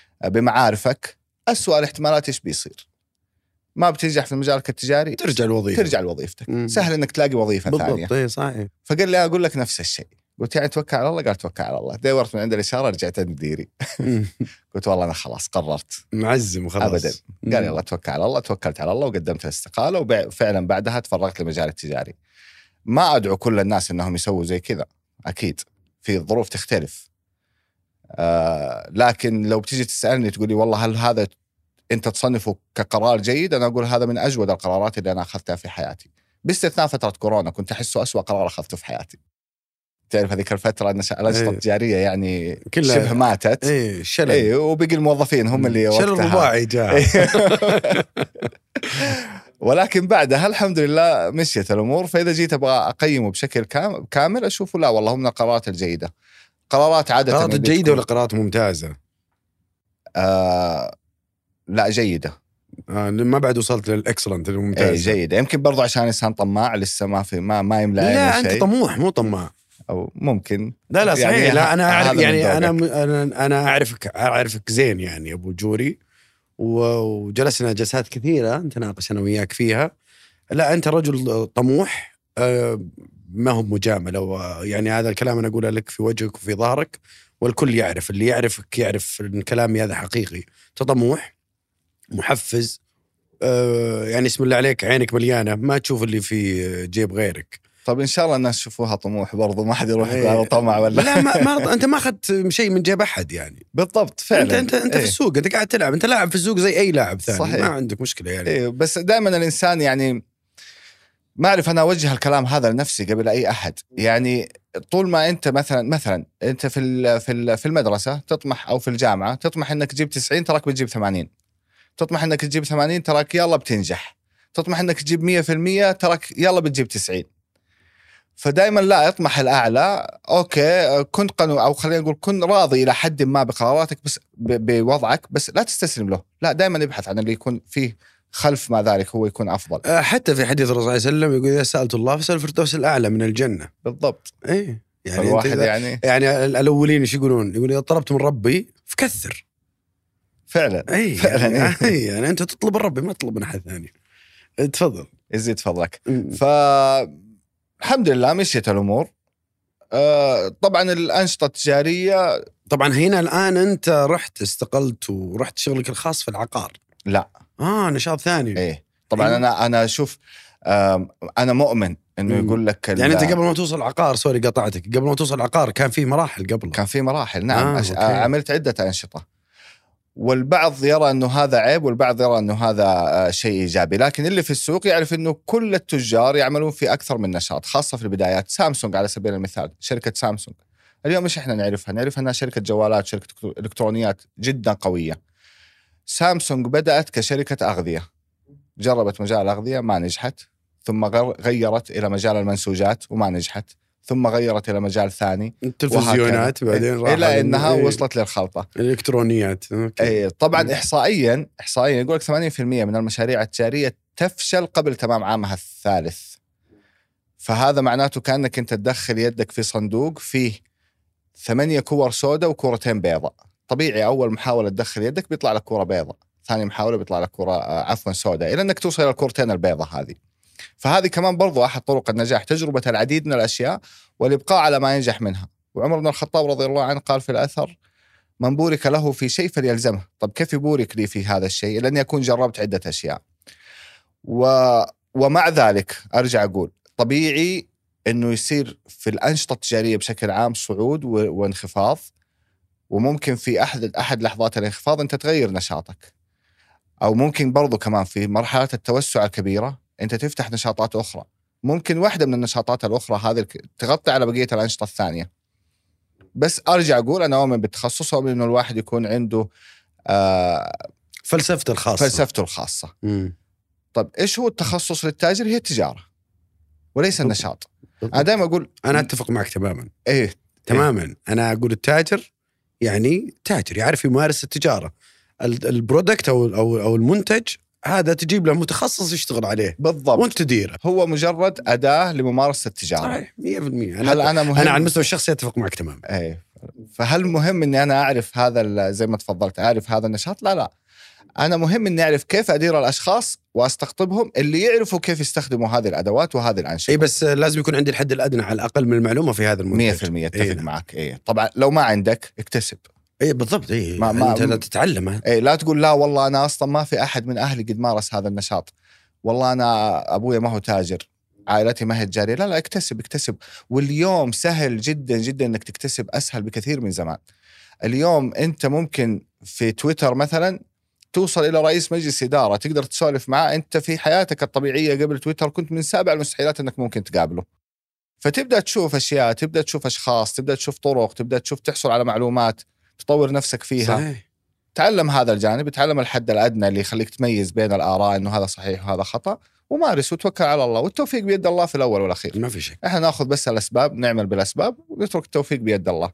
بمعارفك أسوأ الاحتمالات إيش بيصير؟ ما بتنجح في مجالك التجاري، ترجع لوظيفتك. سهل إنك تلاقي وظيفة ثانية. بالضبط. صحيح. فقال لي أقول لك نفس الشيء. قلت يعني توكل على الله؟ قال توكل على الله. دورت من عند الإشارة رجعت عند مديري. قلت والله أنا خلاص قررت معزم وخلاص أبدا. قال يلا توكل على الله. توكلت على الله وقدمت الاستقالة، وفعلا بعدها تفرغت للمجال التجاري. ما أدعو كل الناس أنهم يسووا زي كذا، أكيد في ظروف تختلف، لكن لو بتيجي تسألني تقولي والله هل هذا أنت تصنفه كقرار جيد، أنا أقول هذا من أجود القرارات اللي أنا أخذتها في حياتي، باستثناء فترة كورونا كنت أحسه أسوأ قرار أخذته في حياتي. تعرف هذيك الفترة أن الأنشطة التجارية يعني شبه ماتت. شلل. وبقي الموظفين هم اللي وقتها شلل رباعي جاء. ولكن بعدها الحمد لله مشيت الأمور. فإذا جيت أبغى أقيمه بشكل كامل أشوفه لا والله هم من القرارات الجيدة. قرارات عادة قرارات جيدة ولا قرارات ممتازة؟ لا جيدة. ما بعد وصلت للإكسلنت الممتازة. جيدة. يمكن برضو عشان إنسان طماع لسه ما يملأ عينه لا شيء. أنت طموح مو طماع. أو ممكن. لا صحيح. يعني لا أنا أعرف، يعني أنا أعرفك زين يعني أبو جوري، وجلسنا جلسات كثيرة نتناقش أنا وياك فيها. لا أنت رجل طموح، ما هو مجاملة، يعني هذا الكلام أنا أقوله لك في وجهك وفي ظهرك، والكل يعرف، اللي يعرفك يعرف إن كلامي هذا حقيقي. طموح، محفز، يعني اسم الله عليك عينك مليانة، ما تشوف اللي في جيب غيرك. طب إن شاء الله الناس يشوفوها طموح برضو، ما حد يروح على طمع ولا لا ما أنت ما أخذت شيء من جيب أحد يعني. بالضبط فعلا. أنت في السوق، أنت قاعد تلعب، أنت لاعب في السوق زي أي لاعب ثاني. صحيح. ما عندك مشكلة يعني. بس دائما الإنسان يعني ما أعرف، أنا أوجه الكلام هذا لنفسي قبل أي أحد. يعني طول ما انت مثلا انت في المدرسه تطمح او في الجامعه تطمح انك تجيب 90 تراك بتجيب 80، تطمح انك تجيب 80 تراك يلا بتنجح، تطمح انك تجيب 100% تراك يلا بتجيب 90. فدائما لا، اطمح الاعلى. اوكي كن قانون، او خلينا نقول كن راضي الى حد ما بقراراتك، بس بوضعك، بس لا تستسلم له. لا، دائما ابحث عن اللي يكون فيه خلف ما ذلك هو يكون افضل. حتى في حديث الرسول صلى الله عليه وسلم يقول: اذا سالت الله فسال الفردوس الاعلى من الجنه. بالضبط. ايه يعني فالواحد يعني الاولين ايش يقولون؟ يقول: اذا طلبت من ربي فكثر. فعلا. اي فعلا. يعني انت تطلب من ربي، ما تطلب من احد ثاني. تفضل. يزيد فضلك. الحمد لله مشيت الأمور. طبعا الأنشطة التجارية، طبعا هنا الآن أنت رحت استقلت ورحت شغلك الخاص في العقار. لا نشاط ثاني. إيه طبعا. أنا أشوف، أنا مؤمن إنه يقول لك يعني أنت قبل ما توصل العقار، سوري قطعتك، قبل ما توصل العقار كان في مراحل قبل. كان في مراحل، نعم. عملت عدة أنشطة، والبعض يرى أنه هذا عيب والبعض يرى أنه هذا شيء إيجابي، لكن اللي في السوق يعرف أنه كل التجار يعملون في أكثر من نشاط، خاصة في البدايات. سامسونج على سبيل المثال، شركة سامسونج اليوم مش إحنا نعرف أنها شركة جوالات، شركة إلكترونيات جدا قوية. سامسونج بدأت كشركة أغذية، جربت مجال الأغذية ما نجحت، ثم غيرت إلى مجال المنسوجات وما نجحت، ثم غيرت إلى مجال ثاني التلفزيونات، بعدين إلى أنها وصلت للخلطة الإلكترونيات. طبعا إحصائيا يقول لك 80% من المشاريع التجارية تفشل قبل تمام عامها الثالث. فهذا معناته كأنك أنت تدخل يدك في صندوق فيه 8 كور سوداء وكورتين بيضاء. طبيعي أول محاولة تدخل يدك بيطلع لك كورة بيضاء، ثاني محاولة بيطلع لك كورة سوداء، إلى أنك توصل إلى الكورتين البيضاء هذه. فهذه كمان برضو أحد طرق النجاح، تجربة العديد من الأشياء والإبقاء على ما ينجح منها. وعمر بن الخطاب رضي الله عنه قال في الأثر: من بورك له في شيء فليلزمه. طب كيف يبورك لي في هذا الشيء؟ لأني أكون جربت عدة أشياء. ومع ذلك أرجع أقول طبيعي أنه يصير في الأنشطة التجارية بشكل عام صعود وانخفاض، وممكن في أحد لحظات الانخفاض أنت تغير نشاطك، أو ممكن برضو كمان في مرحلة التوسع الكبيرة أنت تفتح نشاطات أخرى. ممكن واحدة من النشاطات الأخرى هذه تغطي على بقية الأنشطة الثانية. بس أرجع أقول أنا أؤمن بالتخصص، وأؤمن إنه الواحد يكون عنده فلسفته الخاصة. طب إيش هو التخصص للتاجر؟ هي التجارة وليس النشاط. أنا دائما أقول، أنا أتفق معك تماما. إيه تماما. أنا أقول التاجر يعني تاجر يعرف يمارس التجارة. البرودكت أو المنتج هذا تجيب له متخصص يشتغل عليه بالضبط وانت تديره. هو مجرد أداة لممارسة التجارة. صحيح 100%. هل أنا مهم؟ أنا على المستوى الشخصي أتفق معك تماما. أي. فهل مهم إني أنا أعرف هذا زي ما تفضلت أعرف هذا النشاط؟ لا، أنا مهم إني أعرف كيف أدير الأشخاص وأستقطبهم اللي يعرفوا كيف يستخدموا هذه الأدوات وهذه الأنشطة. بس لازم يكون عندي الحد الأدنى على الأقل من المعلومة في هذا المنتج. 100% اتفق معك. طبعا لو ما عندك اكتسب. بالضبط. انت لا تتعلم. لا تقول لا والله انا اصلا ما في احد من اهلي قد مارس هذا النشاط، والله انا ابويا ما هو تاجر، عائلتي ما هي تجاريه. لا اكتسب. واليوم سهل جدا جدا انك تكتسب، اسهل بكثير من زمان. اليوم انت ممكن في تويتر مثلا توصل الى رئيس مجلس اداره تقدر تسولف معه. انت في حياتك الطبيعيه قبل تويتر كنت من 7 المستحيلات انك ممكن تقابله. فتبدا تشوف اشياء، تبدا تشوف اشخاص، تبدا تشوف طرق، تبدا تشوف تحصل على معلومات تطور نفسك فيها. صحيح. تعلم هذا الجانب، تعلم الحد الأدنى اللي يخليك تميز بين الآراء إنه هذا صحيح وهذا خطأ، ومارس وتوكل على الله، والتوفيق بيد الله في الأول والأخير. ما في شيء. إحنا نأخذ بس الأسباب، نعمل بالأسباب، ونترك التوفيق بيد الله.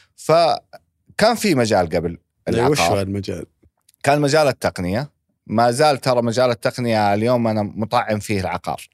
فكان في مجال قبل العقار. وش هذا المجال؟ كان مجال التقنية. ما زال ترى مجال التقنية اليوم أنا مطعم فيه العقار،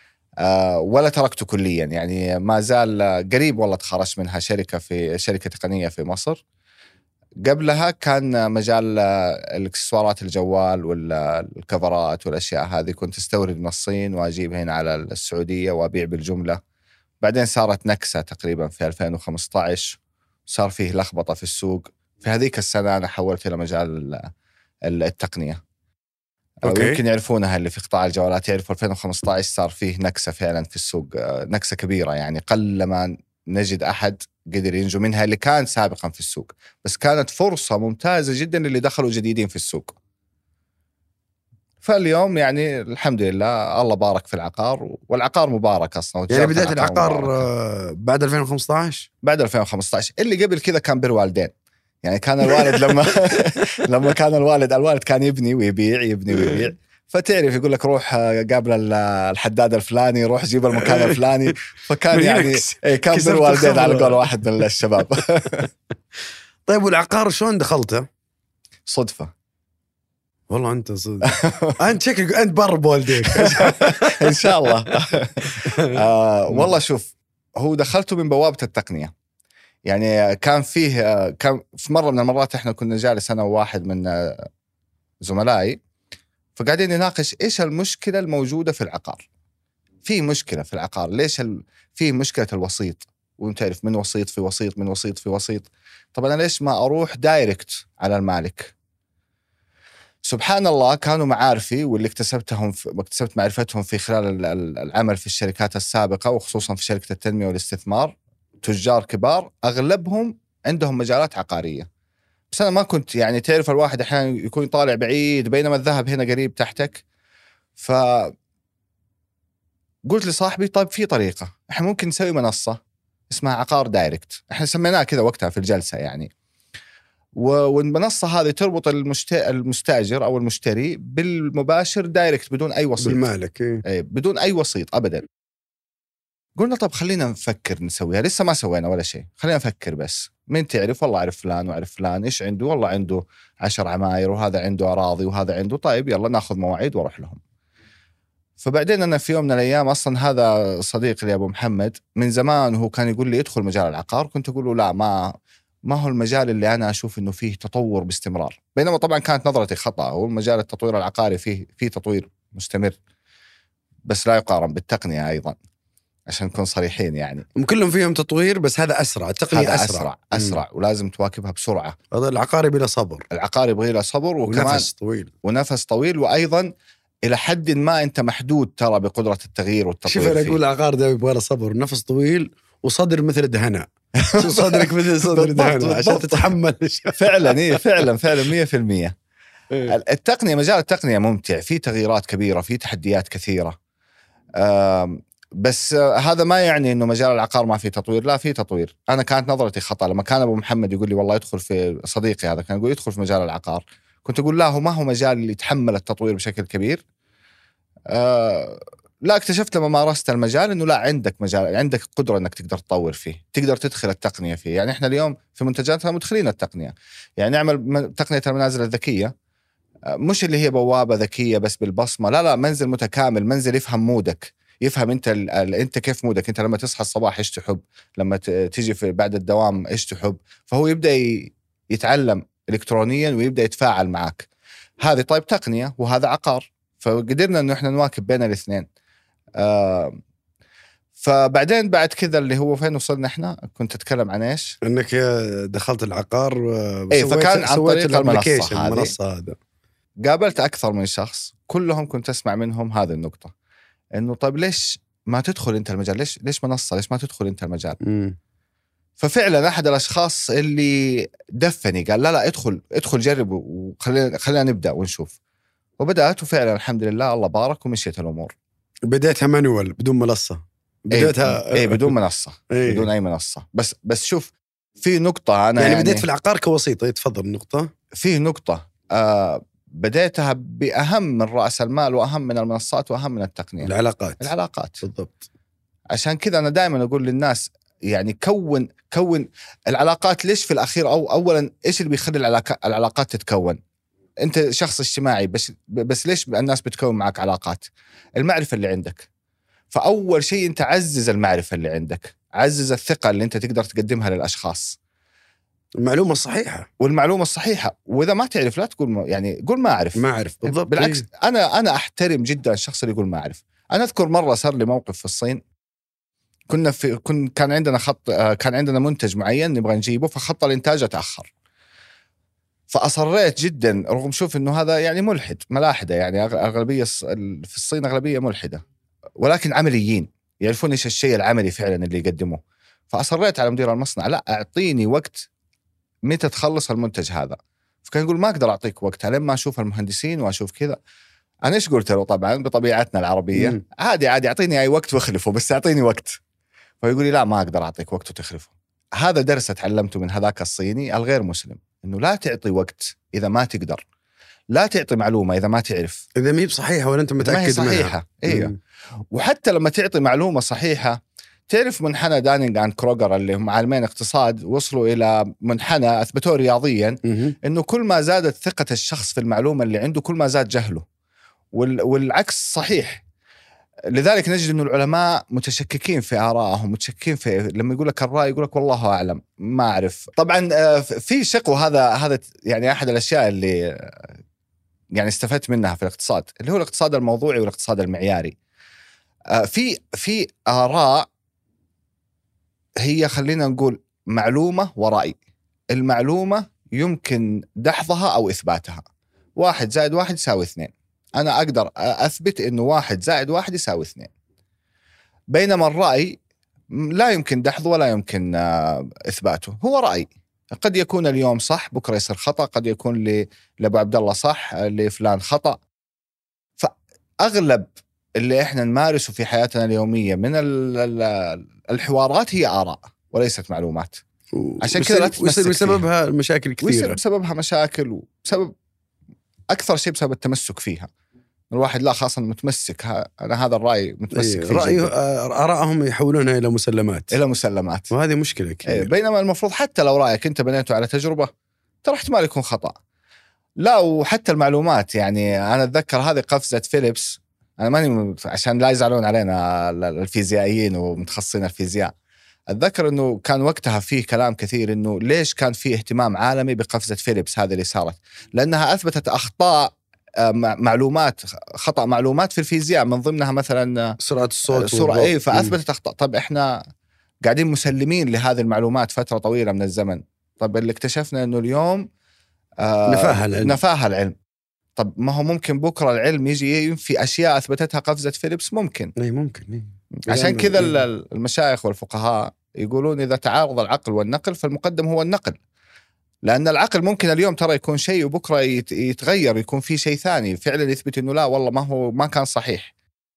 ولا تركته كليا. يعني ما زال قريب والله تخرج منها شركة تقنية في مصر. قبلها كان مجال الاكسسوارات الجوال والكفرات والأشياء هذه، كنت استورد من الصين وأجيبها هنا على السعودية وأبيع بالجملة. بعدين صارت نكسة تقريبا في 2015، صار فيه لخبطة في السوق. في هذيك السنة أنا حولت إلى مجال التقنية. يمكن يعرفونها اللي في قطاع الجوالات، يعرفوا 2015 صار فيه نكسة فعلا في السوق، نكسة كبيرة. يعني قل ما نجد أحد قدر ينجو منها اللي كان سابقا في السوق، بس كانت فرصة ممتازة جدا للي دخلوا جديدين في السوق. فاليوم يعني الحمد لله الله بارك في العقار، والعقار مبارك أصلا. يعني بداية العقار بعد 2015؟ بعد 2015. اللي قبل كذا كان بر والدين. يعني كان الوالد لما كان الوالد كان يبني ويبيع، يبني ويبيع. فتعرف يقول لك روح قابل الحداد الفلاني، روح جيب المكان الفلاني. فكان يعني كان بر والدين على قول واحد من الشباب. طيب والعقار شلون دخلته؟ صدفة والله أنت صدق. أنت شكلك أنت بر بوالديك. إن شاء الله. والله شوف، هو دخلته من بوابة التقنية. يعني كان في مرة من المرات إحنا كنا جالس أنا وواحد من زملائي، فقاعدين نناقش إيش المشكلة الموجودة في العقار. في مشكلة في العقار، ليش في مشكلة الوسيط، وانت تعرف من وسيط في وسيط، من وسيط في وسيط. طب أنا ليش ما أروح دايركت على المالك؟ سبحان الله كانوا معارفي، واللي اكتسبت معرفتهم في خلال العمل في الشركات السابقة، وخصوصا في شركة التنمية والاستثمار، تجار كبار أغلبهم عندهم مجالات عقارية. بس أنا ما كنت يعني تعرف الواحد أحيانا يكون طالع بعيد بينما الذهب هنا قريب تحتك. فقلت لصاحبي طيب في طريقة، إحنا ممكن نسوي منصة اسمها عقار دايركت. إحنا سميناها كذا وقتها في الجلسة يعني. والمنصة هذه تربط المستأجر أو المشتري بالمباشر دايركت بدون أي وسيط، بالمالك. بدون أي وسيط أبدا. قلنا طب خلينا نفكر نسويها، لسه ما سوينا ولا شيء، خلينا نفكر بس. من تعرف؟ والله أعرف فلان وأعرف فلان. إيش عنده؟ والله عنده 10 عماير، وهذا عنده أراضي، وهذا عنده. طيب يلا ناخذ مواعيد وأروح لهم. فبعدين أنا في يوم من الأيام، أصلا هذا صديق لي أبو محمد من زمان، وهو كان يقول لي ادخل مجال العقار. كنت أقول له لا، ما هو المجال اللي أنا أشوف إنه فيه تطور باستمرار. بينما طبعا كانت نظرتي خطأ. هو مجال التطوير العقاري فيه تطوير مستمر، بس لا يقارن بالتقنية أيضا، عشان نكون صريحين يعني. كلهم فيهم تطوير، بس هذا أسرع. التقنية هذا أسرع ولازم تواكبها بسرعة. هذا العقار يبي له صبر. العقار يبغي له صبر، وكمان ونفس طويل. وأيضا إلى حد ما أنت محدود ترى بقدرة التغيير والتطوير. شوف أنا أقول العقار ده يبغى له صبر ونفس طويل وصدر مثل الدهنة. صدرك مثل صدر الدهنة عشان تتحمل. فعلا فعلا 100%. التقنية، مجال التقنية ممتع، فيه تغييرات كبيرة، فيه تحديات كثيرة. بس هذا ما يعني إنه مجال العقار ما فيه تطوير. لا، فيه تطوير. أنا كانت نظرتي خطأ لما كان أبو محمد يقول لي والله يدخل في، صديقي هذا كان يقول يدخل في مجال العقار. كنت أقول لا، هو ما هو مجال اللي يتحمل التطوير بشكل كبير. لا، اكتشفت لما مارست المجال إنه لا، عندك مجال، عندك قدرة إنك تقدر تطور فيه، تقدر تدخل التقنية فيه. يعني إحنا اليوم في منتجاتنا مدخلين التقنية. يعني نعمل تقنية المنازل الذكية، مش اللي هي بوابة ذكية بس بالبصمة. لا، منزل متكامل، منزل يفهم مودك، يفهم انت كيف مودك. انت لما تصحى الصباح ايش تحب، لما تيجي في بعد الدوام ايش تحب. فهو يبدأ يتعلم الكترونيا ويبدأ يتفاعل معك. هذه طيب تقنية، وهذا عقار. فقدرنا انه احنا نواكب بين الاثنين. فبعدين بعد كذا اللي هو فين وصلنا احنا، كنت اتكلم عن ايش، انك دخلت العقار. فكان عن طريق المنصة هذا قابلت اكثر من شخص، كلهم كنت اسمع منهم هذه النقطة، انه طيب ليش ما تدخل انت المجال؟ ليش منصة؟ ليش ما تدخل انت المجال؟ ففعلا احد الاشخاص اللي دفني قال لا ادخل جرب، وخلينا نبدأ ونشوف. وبدأت، وفعلا الحمد لله الله بارك ومشيت الامور. بديتها مانوال بدون منصة. بديتها بدون منصة. بدون اي منصة. بس شوف، في نقطة انا يعني بديت في العقار كوسيط. تفضل. النقطة في نقطة بديتها بأهم من رأس المال، وأهم من المنصات، وأهم من التقنية، العلاقات بالضبط. عشان كذا أنا دائما أقول للناس يعني كون العلاقات. ليش في الأخير أولا إيش اللي بيخلي العلاقات تتكون؟ أنت شخص اجتماعي، بس ليش الناس بتكون معك علاقات؟ المعرفة اللي عندك. فأول شيء أنت عزز المعرفة اللي عندك، عزز الثقة اللي أنت تقدر تقدمها للأشخاص، المعلومة الصحيحة. والمعلومة الصحيحة. وإذا ما تعرف لا تقول يعني قول ما أعرف. بالضبط. بالعكس أنا أحترم جدا الشخص اللي يقول ما أعرف. أنا أذكر مرة صار لي موقف في الصين. كان عندنا كان عندنا منتج معين نبغى نجيبه، فخط الإنتاج تأخر. فأصريت جدا، رغم شوف إنه هذا يعني ملاحدة، يعني أغلبية في الصين أغلبية ملحدة، ولكن عمليين يعرفون إيش الشيء العملي فعلا اللي يقدمه. فأصريت على مدير المصنع لا، أعطيني وقت متى تخلص المنتج هذا. فكان يقول ما أقدر أعطيك وقت لما أشوف المهندسين وأشوف كذا. أنا إيش قلت له؟ طبعا بطبيعتنا العربية عادي أعطيني أي وقت واخلفه، بس أعطيني وقت. فيقول لي لا ما أقدر أعطيك وقت وتخلفه. هذا درس تعلمته من هذاك الصيني الغير مسلم، إنه لا تعطي وقت إذا ما تقدر، لا تعطي معلومة إذا ما تعرف، إذا ما هي بصحيحة ولا أنت متأكد ما هي صحيحة. أيوة. وحتى لما تعطي معلومة صحيحة، تعرف منحنى دانينج عند كروغر اللي هم عالمين اقتصاد وصلوا إلى منحنى أثبتوه رياضيا، إنه كل ما زادت ثقة الشخص في المعلومة اللي عنده كل ما زاد جهله، والعكس صحيح. لذلك نجد إنه العلماء متشككين في آرائهم، متشككين في لما يقول لك الرأي يقول لك والله أعلم ما أعرف. طبعا في شق، وهذا يعني أحد الأشياء اللي يعني استفدت منها في الاقتصاد، اللي هو الاقتصاد الموضوعي والاقتصاد المعياري. في آراء هي خلينا نقول معلومة ورأي. المعلومة يمكن دحضها أو إثباتها. 1 زائد 1 يساوي 2. أنا أقدر أثبت إنه 1 زائد 1 يساوي 2. بينما الرأي لا يمكن دحضه ولا يمكن إثباته، هو رأي. قد يكون اليوم صح بكرة يصير خطأ، قد يكون لأبو عبد الله صح لفلان خطأ. فأغلب اللي إحنا نمارسه في حياتنا اليومية من الحوارات هي آراء وليست معلومات. عشان كذا لا تتمسك فيها. بسببها مشاكل كثيرة، بسببها مشاكل، وبسبب أكثر شيء بسبب التمسك فيها. الواحد لا خاصة متمسك، أنا هذا الرأي متمسك فيه. رأي آرائهم يحولونها إلى مسلمات، وهذه مشكلة كبيرة. بينما المفروض حتى لو رأيك أنت بنيته على تجربة ترى احتمال يكون خطأ. لا، وحتى المعلومات، يعني أنا أتذكر هذه قفزة فيليبس. أنا ماني عشان لا يزعلون علينا الفيزيائيين ومتخصصين الفيزياء، أتذكر أنه كان وقتها فيه كلام كثير أنه ليش كان فيه اهتمام عالمي بقفزة فيليبس هذه اللي صارت، لأنها أثبتت أخطاء معلومات، خطأ معلومات في الفيزياء، من ضمنها مثلا سرعة الصوت فأثبتت أخطاء. طب إحنا قاعدين مسلمين لهذه المعلومات فترة طويلة من الزمن. طب اللي اكتشفنا أنه اليوم نفاها العلم. طب ما هو ممكن بكرة العلم يجي ينفي أشياء أثبتتها قفزة فيليبس؟ ممكن. عشان كذا المشايخ والفقهاء يقولون إذا تعارض العقل والنقل فالمقدم هو النقل، لأن العقل ممكن اليوم ترى يكون شيء وبكرة يتغير يكون فيه شيء ثاني فعلا يثبت إنه لا والله ما كان صحيح.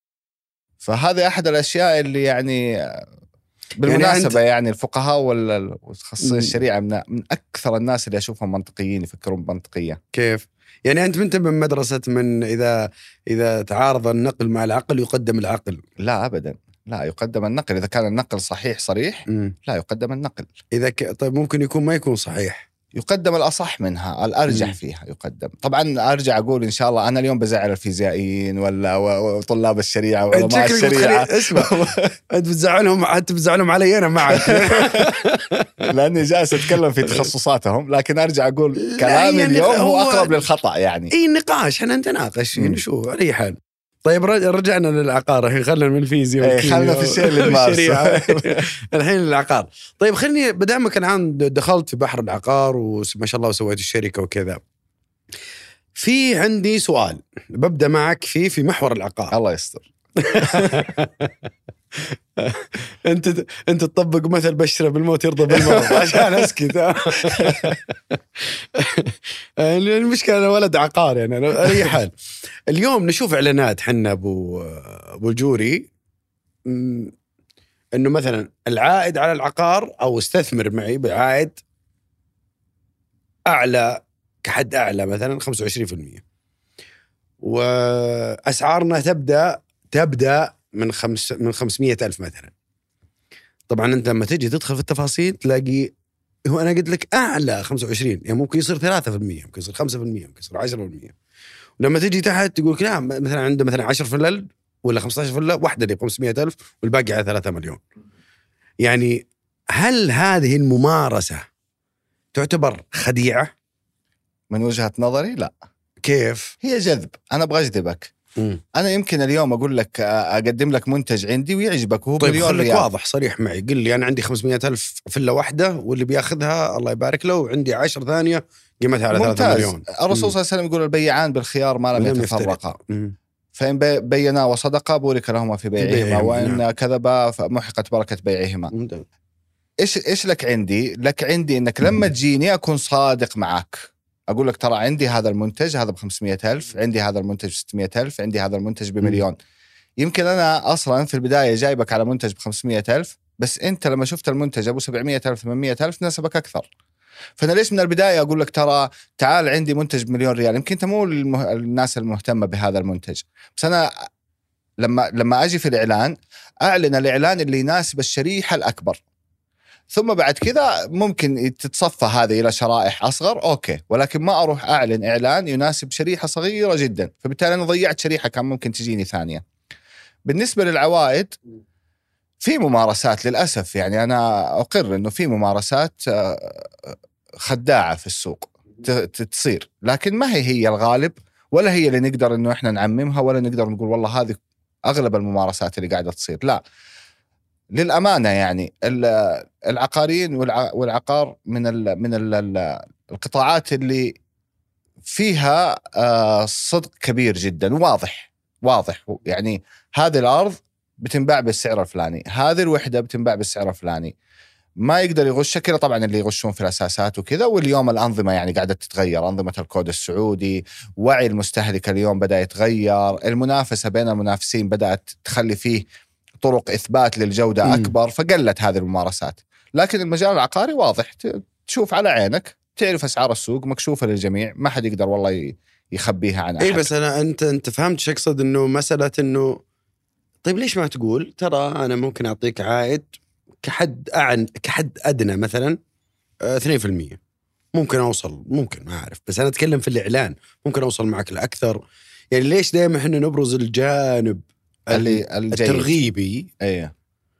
فهذا أحد الأشياء اللي يعني بالمناسبة يعني الفقهاء والمتخصصين الشريعة من أكثر الناس اللي أشوفهم منطقيين، يفكرون بمنطقية. كيف؟ يعني أنت من مدرسة من إذا تعارض النقل مع العقل يقدم العقل؟ لا أبدا، لا يقدم النقل. إذا كان النقل صحيح صريح لا يقدم النقل. طيب ممكن يكون ما يكون صحيح، يقدم الأصح منها، الأرجح فيها يقدم. طبعا أرجع أقول إن شاء الله أنا اليوم بزعل الفيزيائيين ولا طلاب الشريعة وعلماء الشريعة. اسمع أنت بتزعلهم علي أنا معك لأني جالس أتكلم في تخصصاتهم، لكن أرجع أقول كلامي اليوم هو أقرب للخطأ. يعني أي نقاش احنا نتناقش شو على أي حال. طيب رجعنا للعقار الحين، خلنا من الفيزياء خلنا في الشيء اللي نمارسه الحين العقار. طيب خلني بدامك الآن دخلت في بحر العقار وما شاء الله وسويت الشركة وكذا، في عندي سؤال ببدأ معك في محور العقار. الله يستر انت تطبق مثل بشرة بالموت يرضى بالمرض عشان اسكت. المشكلة أنا ولد عقار يعني على أي حال. اليوم نشوف إعلانات حنا أبو الجوري إنه مثلا العائد على العقار أو استثمر معي بعائد أعلى كحد أعلى مثلا 25%، وأسعارنا تبدأ من 500,000 مثلا. طبعا أنت لما تجي تدخل في التفاصيل تلاقي هو أنا قلت لك أعلى 25، يعني ممكن يصير 3%، ممكن يصير 5%، ممكن يصير 10%. ولما تجي تحت تقول لا مثلا عنده مثلا 10 فلل ولا 15 فلل، واحدة اللي 500,000 والباقي على 3 مليون. يعني هل هذه الممارسة تعتبر خديعة؟ من وجهة نظري لا. كيف؟ هي جذب. أنا أبغى أجذبك. أنا يمكن اليوم أقول لك أقدم لك منتج عندي ويعجبك وهو طيب مليون ريال. واضح صريح معي، قل لي أنا عندي 500,000 فلة واحدة واللي بياخذها الله يبارك له، وعندي 10 ثانية قيمتها على 3 مليون. الرسول صلى الله عليه وسلم يقول البيعان بالخيار ما لم يتفرقا، فإن بينا وصدقا بورك لهما في بيعهما وإن كذبا فمحقت بركة بيعهما. إيش لك عندي إنك لما تجيني أكون صادق معك، أقول لك ترى عندي هذا المنتج هذا ب500,000، عندي هذا المنتج ب600,000، عندي هذا المنتج ب1,000,000. يمكن أنا أصلا في البداية جايبك على منتج ب500,000، بس أنت لما شفت المنتج أبو 700,000 800,000 ناسبك أكثر. فأنا ليش من البداية أقول لك ترى تعال عندي منتج ب1,000,000 يمكن أنت مو الناس المهتمة بهذا المنتج، بس أنا لما أجي في الإعلان أعلن الإعلان اللي يناسب الشريحة الأكبر، ثم بعد كذا ممكن تتصفى هذه إلى شرائح أصغر أوكي، ولكن ما أروح أعلن إعلان يناسب شريحة صغيرة جدا، فبالتالي أنا ضيعت شريحة كان ممكن تجيني ثانية. بالنسبة للعوائد في ممارسات للأسف، يعني أنا أقر أنه في ممارسات خداعة في السوق تصير، لكن ما هي الغالب ولا هي اللي نقدر أنه إحنا نعممها ولا نقدر نقول والله هذه أغلب الممارسات اللي قاعدة تصير. لا، للأمانة يعني العقاريين والعقار من القطاعات اللي فيها صدق كبير جدا واضح. يعني هذه الأرض بتنباع بالسعر الفلاني، هذه الوحدة بتنباع بالسعر الفلاني، ما يقدر يغش كذا. طبعا اللي يغشون في الأساسات وكذا، واليوم الأنظمة يعني قاعدة تتغير، أنظمة الكود السعودي، وعي المستهلك اليوم بدأ يتغير، المنافسة بين المنافسين بدأت تخلي فيه طرق إثبات للجودة أكبر، فقلت هذه الممارسات. لكن المجال العقاري واضح، تشوف على عينك، تعرف أسعار السوق مكشوفة للجميع، ما حد يقدر والله يخبيها عن أحد. إيه بس أنت فهمت شو أقصد، إنه مسألة إنه طيب ليش ما تقول ترى أنا ممكن أعطيك عائد كحد أدنى مثلا 2%، ممكن أوصل، ممكن ما أعرف، بس أنا أتكلم في الإعلان ممكن أوصل معك لأكثر. يعني ليش دائما إحنا نبرز الجانب الترغيبي أيه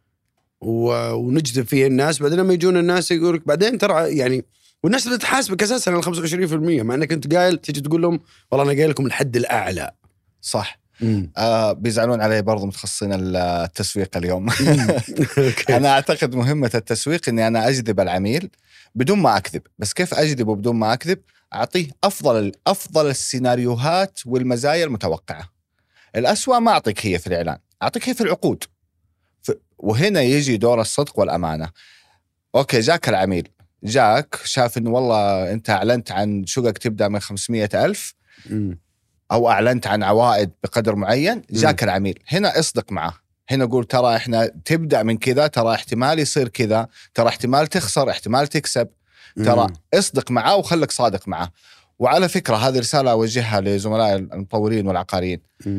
ونجذب فيه الناس، بعدين لما يجون الناس يقولك بعدين ترى يعني، والناس اللي تحاسبك أساسا على 25%، مع أنك أنت قايل تيجي تقول لهم والله أنا قايل لكم الحد الأعلى. صح. بيزعلون علي برضو متخصصين التسويق اليوم. أنا أعتقد مهمة التسويق إني أنا أجذب العميل بدون ما أكذب. بس كيف أجذبه بدون ما أكذب؟ أعطيه أفضل السيناريوهات والمزايا المتوقعة. الأسوأ ما أعطيك هي في الإعلان، أعطيك هي في العقود. وهنا يجي دور الصدق والأمانة. أوكي، جاك العميل، جاك شاف إنه والله أنت أعلنت عن شقق تبدأ من 500,000 أو أعلنت عن عوائد بقدر معين، جاك العميل، هنا اصدق معه، هنا قول ترى إحنا تبدأ من كذا، ترى احتمال يصير كذا، ترى احتمال تخسر، احتمال تكسب، ترى اصدق معه وخلك صادق معه. وعلى فكرة هذه رسالة أوجهها لزملاء المطورين والعقاريين،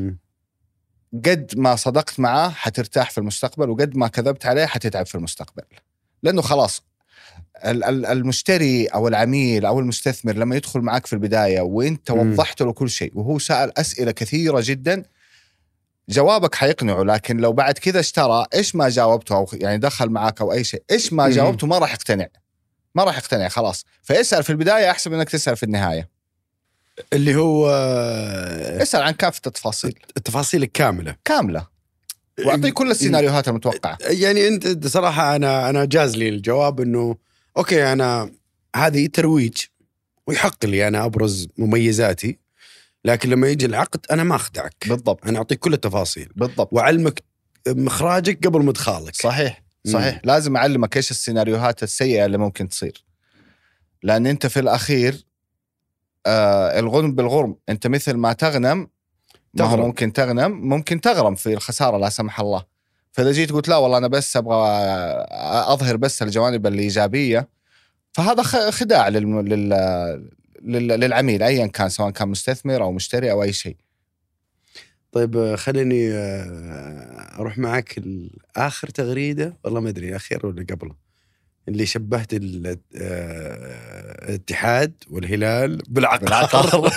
قد ما صدقت معه حترتاح في المستقبل، وقد ما كذبت عليه حتتعب في المستقبل. لأنه خلاص المشتري أو العميل أو المستثمر لما يدخل معك في البداية وإنت وضحت له كل شيء وهو سأل أسئلة كثيرة جدا، جوابك حيقنعه. لكن لو بعد كذا اشترى إيش ما جاوبته، أو يعني دخل معك أو أي شيء إيش ما جاوبته، ما راح يقتنع خلاص. فاسأل في البداية أحسن إنك تسأل في النهاية، اللي هو اسأل عن كافة التفاصيل كاملة، وأعطيه كل السيناريوهات المتوقعة. يعني أنت صراحة أنا جاز لي الجواب إنه أوكي، أنا هذه ترويج ويحق لي أنا أبرز مميزاتي، لكن لما يجي العقد أنا ما أخدعك. بالضبط، أنا أعطيك كل التفاصيل بالضبط، وأعلمك مخراجك قبل مدخالك. صحيح. لازم أعلمك إيش السيناريوهات السيئة اللي ممكن تصير، لأن أنت في الأخير الغنم بالغرم. أنت مثل ما تغنم ممكن تغنم، ممكن تغرم في الخسارة لا سمح الله. فإذا جيت قلت لا والله أنا بس أبغى أظهر بس الجوانب الإيجابية، فهذا خداع للعميل أيا كان، سواء كان مستثمر أو مشتري أو أي شيء. طيب خليني أروح معك آخر تغريدة، والله ما أدري أخير ولا قبله، اللي شبهت الاتحاد والهلال بالعقار.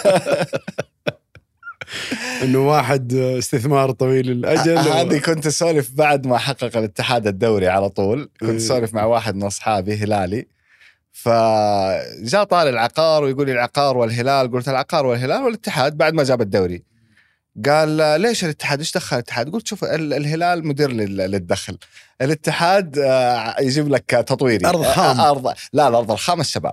انه واحد استثمار طويل الاجل. هذه كنت اسولف بعد ما حقق الاتحاد الدوري على طول، كنت اسولف مع واحد من اصحابي هلالي، فجاء طال العقار ويقول لي العقار والهلال. قلت العقار والهلال والاتحاد بعد ما جاب الدوري. قال ليش الاتحاد، ايش دخل الاتحاد؟ قلت شوف الهلال مدير للدخل، الاتحاد يجيب لك تطويري، ارض خام. لا الارض الخام الشباب.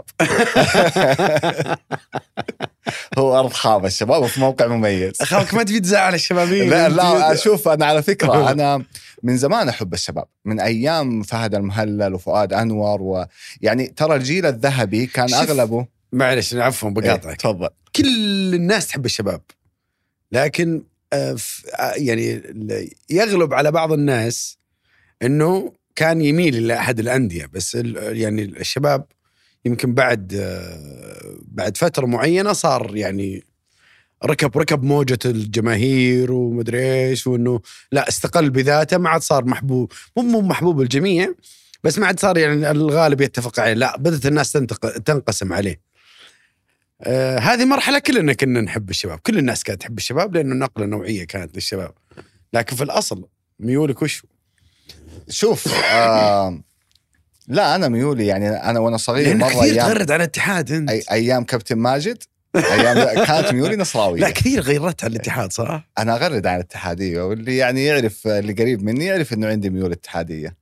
هو ارض خام الشباب وفي موقع مميز. اخاك ما تبي تزعل الشبابين. لا اشوف انا على فكره انا من زمان احب الشباب، من ايام فهد المهلل وفؤاد انور، ويعني ترى الجيل الذهبي كان اغلبه معلش عفوا بقاطعك. تفضل. كل الناس تحب الشباب، لكن يعني يغلب على بعض الناس انه كان يميل الى احد الانديه، بس يعني الشباب يمكن بعد فتره معينه صار يعني ركب موجه الجماهير ومدري ايش، وانه لا استقل بذاته، ما عاد صار محبوب، مو محبوب الجميع، بس ما عاد صار يعني الغالب يتفق عليه، لا بدت الناس تنقسم عليه. هذه مرحله كلنا كنا نحب الشباب، كل الناس كانت تحب الشباب لانه نقله نوعيه كانت للشباب، لكن في الاصل ميولك وش؟ شوف لا انا ميولي يعني انا وانا صغير مره كثير تغرد على الاتحاد انت. ايام كابتن ماجد ايام كانت ميولي نصراويه. لا كثير غيرت على الاتحاد صراحه. انا اغرد على الاتحاديه، واللي يعني يعرف اللي قريب مني يعرف انه عندي ميول اتحاديه.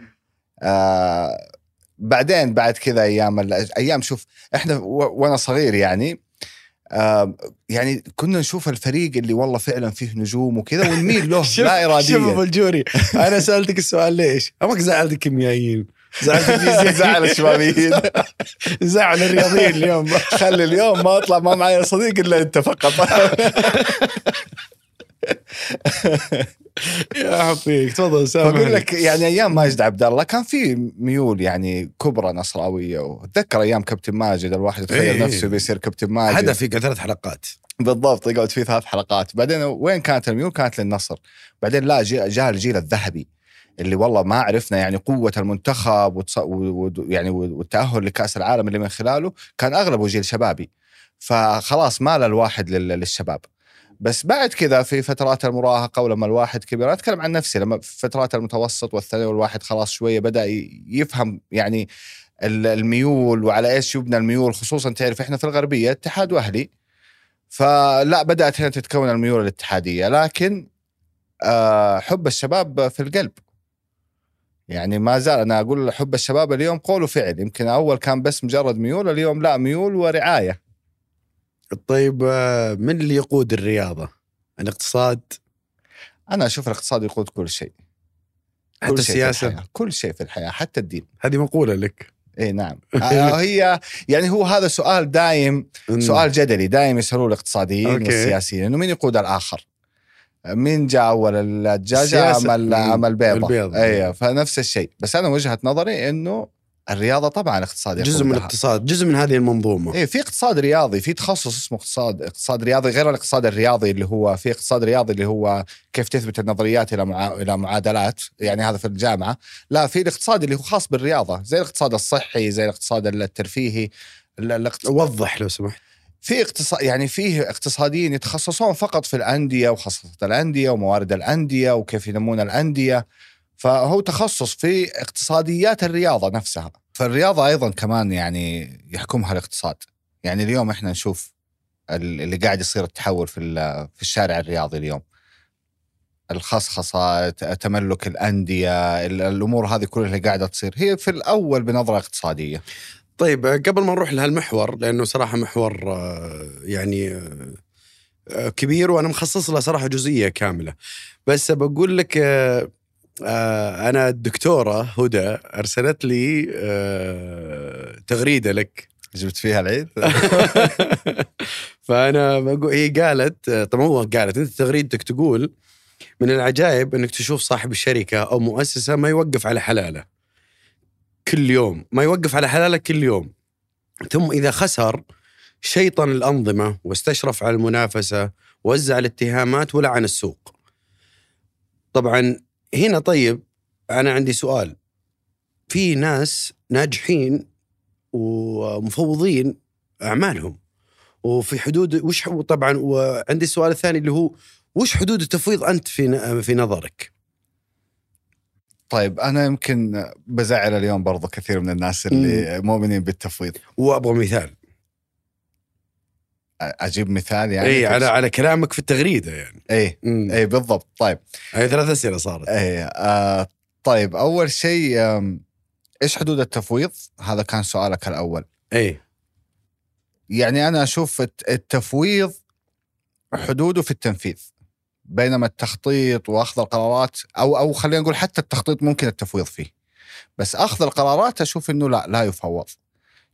بعدين بعد كذا ايام شوف احنا وانا صغير يعني يعني كنا نشوف الفريق اللي والله فعلا فيه نجوم وكذا ونميل له لا إراديا. شوف أبو الجوري، أنا سألتك السؤال ليش؟ أمك زعلت الكيميائيين، زعل الشبابيين، زعل الرياضيين اليوم. خلي اليوم ما أطلع ما معي صديق إلا أنت فقط. يا حبيبي تفضل. أقول لك يعني أيام ماجد عبد الله كان في ميول يعني كبرى نصراوية، وأتذكر أيام كابتن ماجد الواحد يتخيل نفسه بيصير كابتن ماجد. هدف في 3 حلقات بالضبط، يقعد فيه 3 حلقات. بعدين وين كانت الميول؟ كانت للنصر. بعدين لا جاء الجيل الذهبي اللي والله ما عرفنا يعني قوة المنتخب يعني والتأهل لكأس العالم اللي من خلاله كان أغلبه جيل شبابي، فخلاص مال الواحد للشباب. بس بعد كذا في فترات المراهقة ولما الواحد كبر، أتكلم عن نفسي لما في فترات المتوسط والثانوي والواحد خلاص شوية بدأ يفهم يعني الميول وعلى إيش يبنى الميول، خصوصا تعرف إحنا في الغربية اتحاد وأهلي، فلا بدأت هنا تتكون الميول الاتحادية. لكن حب الشباب في القلب يعني ما زال. أنا أقول حب الشباب اليوم قول وفعل، يمكن أول كان بس مجرد ميول، اليوم لا، ميول ورعاية. طيب من اللي يقود الرياضة؟ الاقتصاد؟ أنا أشوف الاقتصاد يقود كل شيء، حتى السياسة، كل شيء في الحياة، حتى الدين. هذه مقولة لك. إيه نعم. هي يعني هو هذا سؤال دائم، سؤال جدلي دائم يسألوه الاقتصاديين والسياسيين، إنه مين يقود الآخر؟ مين جاء أول الدجاجة أم البيضة؟ أيه، فنفس الشيء. بس أنا وجهة نظري إنه الرياضة طبعا اقتصاد جزء من الاقتصاد، جزء من هذه المنظومة. إيه، في اقتصاد رياضي، في تخصص اسمه اقتصاد رياضي، غير الاقتصاد الرياضي اللي هو في اقتصاد رياضي اللي هو كيف تثبت النظريات إلى معادلات، يعني هذا في الجامعة. لا، في الاقتصاد اللي هو خاص بالرياضة، زي الاقتصاد الصحي، زي الاقتصاد الترفيهي. وضح لو سمحت. في اقتصاد يعني فيه اقتصاديين يتخصصون فقط في الأندية وخاصة الأندية وموارد الأندية وكيف ينمون الأندية، فهو تخصص في اقتصاديات الرياضة نفسها. فالرياضة أيضا كمان يعني يحكمها الاقتصاد. يعني اليوم إحنا نشوف اللي قاعد يصير التحول في الشارع الرياضي اليوم، الخصخصة، تملك الأندية، الأمور هذه كلها اللي قاعدة تصير هي في الأول بنظرة اقتصادية. طيب قبل ما نروح لهالمحور، لأنه صراحة محور يعني كبير وأنا مخصص له صراحة جزئية كاملة، بس بقول لك أنا الدكتورة هدى أرسلت لي تغريدة لك جبت فيها العيد. فأنا بقول، هي قالت، طبعا هو قالت أنت تغريدتك تقول من العجائب أنك تشوف صاحب الشركة أو مؤسسة ما يوقف على حلاله كل يوم، ما يوقف على حلاله كل يوم، ثم إذا خسر شيطن الأنظمة واستشرف على المنافسة ووزع الاتهامات ولعن السوق. طبعا هنا طيب أنا عندي سؤال، في ناس ناجحين ومفوضين أعمالهم وفي حدود وش، طبعا وعندي السؤال الثاني اللي هو وش حدود التفويض أنت في نظرك؟ طيب أنا يمكن بزعل اليوم برضو كثير من الناس اللي مؤمنين بالتفويض، وأبغى مثال. أجيب مثال يعني؟ إيه على كلامك في التغريدة يعني. إيه بالضبط. طيب هي 3 أسئلة صارت. إيه طيب أول شيء إيش حدود التفويض؟ هذا كان سؤالك الأول. إيه يعني أنا أشوف التفويض حدوده في التنفيذ، بينما التخطيط وأخذ القرارات أو خلينا نقول حتى التخطيط ممكن التفويض فيه، بس أخذ القرارات أشوف إنه لا يفوض.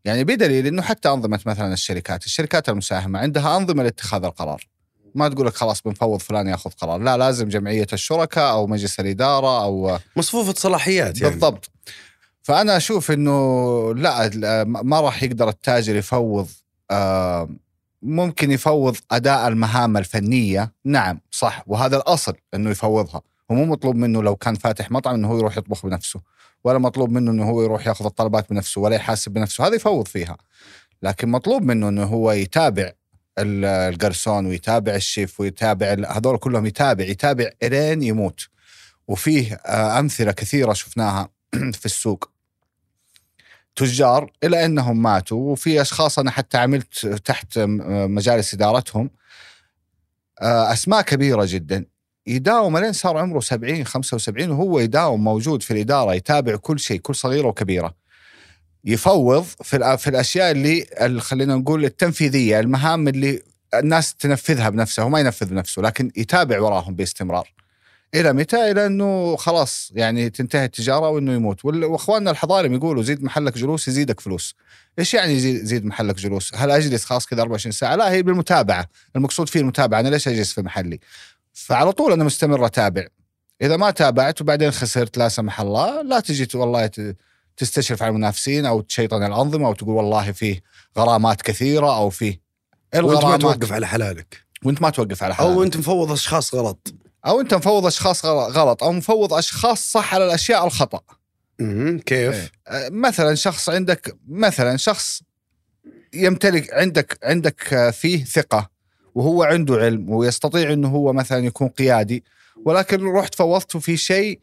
يعني بدليل إنه حتى أنظمة مثلا الشركات المساهمة عندها أنظمة لاتخاذ القرار. ما تقول لك خلاص بنفوض فلان ياخذ قرار، لا، لازم جمعية الشركاء أو مجلس الإدارة أو مصفوفة صلاحيات يعني. بالضبط. فأنا أشوف إنه لا، ما راح يقدر التاجر يفوض. ممكن يفوض أداء المهام الفنية، نعم صح، وهذا الأصل إنه يفوضها. هو مو مطلوب منه لو كان فاتح مطعم إنه هو يروح يطبخ بنفسه، ولا مطلوب منه إنه هو يروح يأخذ الطلبات بنفسه ولا يحاسب بنفسه، هذا يفوض فيها. لكن مطلوب منه إنه هو يتابع القرصون ويتابع الشيف ويتابع هذول كلهم، يتابع إلين يموت. وفيه أمثلة كثيرة شفناها في السوق، تجار إلى أنهم ماتوا، وفي أشخاص أنا حتى عملت تحت مجالس إدارتهم، أسماء كبيرة جدا، يداوم لين صار عمره 70-75 وهو يداوم موجود في الإدارة، يتابع كل شيء، كل صغيرة وكبيرة. يفوض في الأشياء اللي خلينا نقول التنفيذية، المهام اللي الناس تنفذها بنفسها وما ينفذ بنفسه، لكن يتابع وراهم باستمرار. إلى متى؟ إلى أنه خلاص يعني تنتهي التجارة وأنه يموت. وأخواننا الحضارم يقولوا زيد محلك جلوس يزيدك فلوس. إيش يعني زيد محلك جلوس؟ هل أجلس خلاص كذا 24 ساعة؟ لا، هي بالمتابعة، المقصود فيه المتابعة. أنا ليش أجلس في محلي؟ فعلى طول أنا مستمر أتابع. إذا ما تابعت وبعدين خسرت لا سمح الله، لا تجي والله تستشرف على المنافسين أو تشيطن الأنظمة أو تقول والله فيه غرامات كثيرة أو فيه وأنت ما توقف على حلالك، وأنت ما توقف على حلالك، أو أنت مفوض أشخاص غلط، أو أنت مفوض أشخاص غلط، أو مفوض أشخاص صح على الأشياء الخطأ. كيف؟ مثلا شخص يمتلك عندك فيه ثقة وهو عنده علم ويستطيع أنه هو مثلا يكون قيادي، ولكن رحت فوضته في شيء.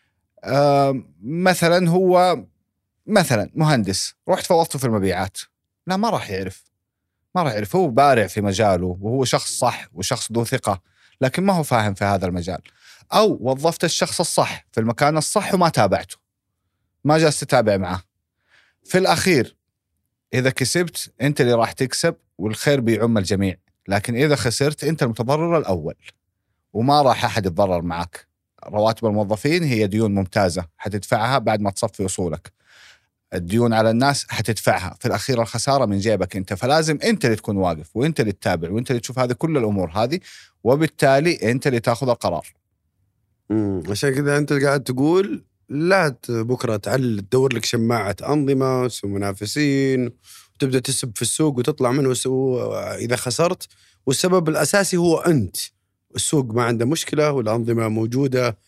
مثلا هو مثلا مهندس، رحت فوضته في المبيعات، لا، ما راح يعرف. هو بارع في مجاله وهو شخص صح وشخص ذو ثقة، لكن ما هو فاهم في هذا المجال. أو وظفت الشخص الصح في المكان الصح وما تابعته، ما جالس تتابع معه. في الأخير إذا كسبت أنت اللي راح تكسب والخير بيعم الجميع، لكن إذا خسرت أنت المتضرر الأول وما راح أحد يتضرر معك. رواتب الموظفين هي ديون ممتازة حتدفعها بعد ما تصفي أصولك. الديون على الناس حتدفعها، في الأخير الخسارة من جيبك أنت. فلازم أنت اللي تكون واقف، وأنت اللي تتابع، وأنت اللي تشوف هذه كل الأمور هذه، وبالتالي أنت اللي تأخذ القرار. عشان كذا أنت قاعد تقول لا بكرة تدور لك شماعة أنظمة ومنافسين وتبدأ تسب في السوق وتطلع منه إذا خسرت، والسبب الأساسي هو أنت. السوق ما عنده مشكلة والأنظمة موجودة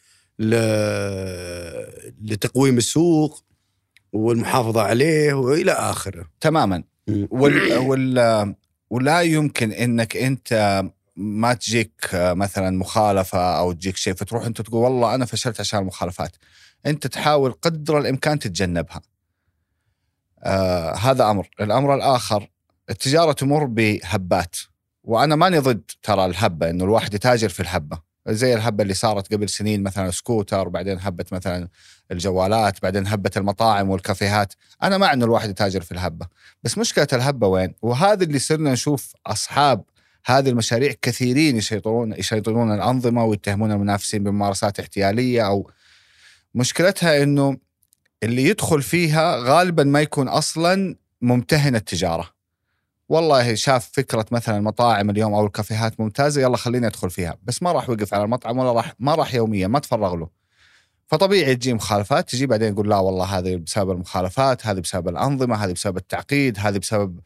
لتقويم السوق والمحافظة عليه وإلى آخره. تماما. ولا يمكن إنك أنت ما تجيك مثلا مخالفة أو تجيك شيء فتروح أنت تقول والله أنا فشلت عشان المخالفات. أنت تحاول قدر الإمكان تتجنبها. هذا أمر. الأمر الآخر، التجارة تمر بهبات، وأنا ماني ضد ترى الهبة، إنه الواحد يتاجر في الهبة، زي الهبة اللي صارت قبل سنين مثلا سكوتر، وبعدين هبة مثلا الجوالات، بعدين هبة المطاعم والكافيهات. أنا مع إنه الواحد يتاجر في الهبة، بس مشكلة الهبة وين؟ وهذا اللي صرنا نشوف أصحاب هذه المشاريع كثيرين يشيطنون الأنظمة ويتهمون المنافسين بممارسات احتيالية. أو مشكلتها إنه اللي يدخل فيها غالبا ما يكون أصلا ممتهن التجارة. والله شاف فكرة مثلا المطاعم اليوم أو الكافيهات ممتازة، يلا خلينا ندخل فيها، بس ما راح يوقف على المطعم ولا ما راح يوميا، ما تفرغ له. فطبيعي تجي مخالفات، تجي بعدين يقول لا والله هذه بسبب المخالفات، هذه بسبب الأنظمة، هذه بسبب التعقيد، هذه بسبب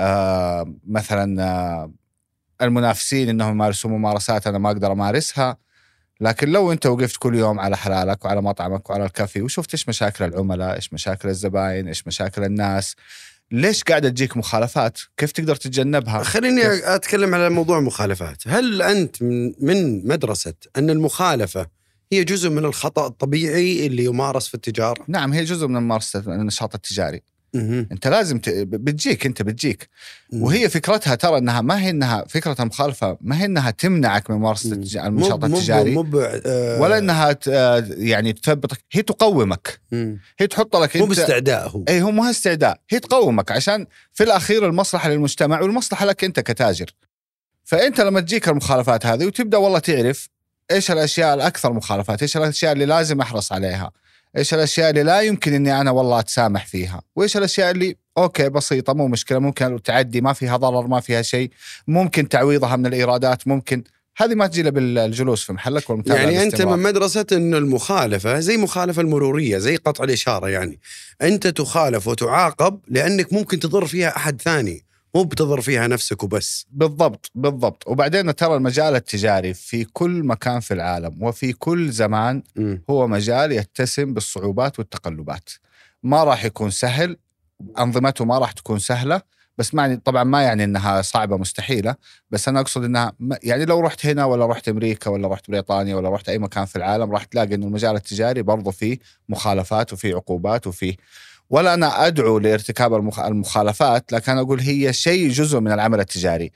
مثلا المنافسين إنهم يمارسون ممارسات أنا ما أقدر أمارسها. لكن لو أنت وقفت كل يوم على حلالك وعلى مطعمك وعلى الكافي وشفت إيش مشاكل العملاء، إيش مشاكل الزبائن، إيش مشاكل الناس، ليش قاعدة تجيك مخالفات، كيف تقدر تتجنبها؟ خليني أتكلم على موضوع المخالفات. هل أنت من مدرسة أن المخالفة هي جزء من الخطأ الطبيعي اللي يمارس في التجارة؟ نعم، هي جزء من ممارسة النشاط التجاري. أنت لازم بتجيك. وهي فكرتها ترى أنها ما هي أنها فكرة المخالفة، ما هي أنها تمنعك من ممارسة النشاط التجاري، ولا أنها يعني تثبتك، هي تقومك. هي تحط لك مو باستعداء. هو مو استعداء، هي تقومك عشان في الأخير المصلحة للمجتمع والمصلحة لك أنت كتاجر. فأنت لما تجيك المخالفات هذه وتبدأ والله تعرف إيش الأشياء الأكثر مخالفات، إيش الأشياء اللي لازم أحرص عليها، إيش الأشياء اللي لا يمكن إني أنا والله أتسامح فيها، وإيش الأشياء اللي أوكي بسيطة مو مشكلة، ممكن تعدي ما فيها ضرر ما فيها شيء، ممكن تعويضها من الإيرادات، ممكن هذه ما تجي بالجلوس في محلك والمتابعة. يعني أنت باستمرار. من مدرسة إنه المخالفة زي مخالفة المرورية، زي قطع الإشارة، يعني أنت تخالف وتعاقب لأنك ممكن تضر فيها أحد ثاني، مو بتضر فيها نفسك وبس. بالضبط. وبعدين ترى المجال التجاري في كل مكان في العالم وفي كل زمان هو مجال يتسم بالصعوبات والتقلبات. ما راح يكون سهل، أنظمته ما راح تكون سهلة، بس طبعا ما يعني إنها صعبة مستحيلة، بس أنا أقصد إنها يعني لو رحت هنا ولا رحت أمريكا ولا رحت بريطانيا ولا رحت أي مكان في العالم راح تلاقي إنه المجال التجاري برضو فيه مخالفات وفيه عقوبات وفيه، ولا أنا أدعو لارتكاب المخالفات، لكن أنا أقول هي شيء جزء من العمل التجاري.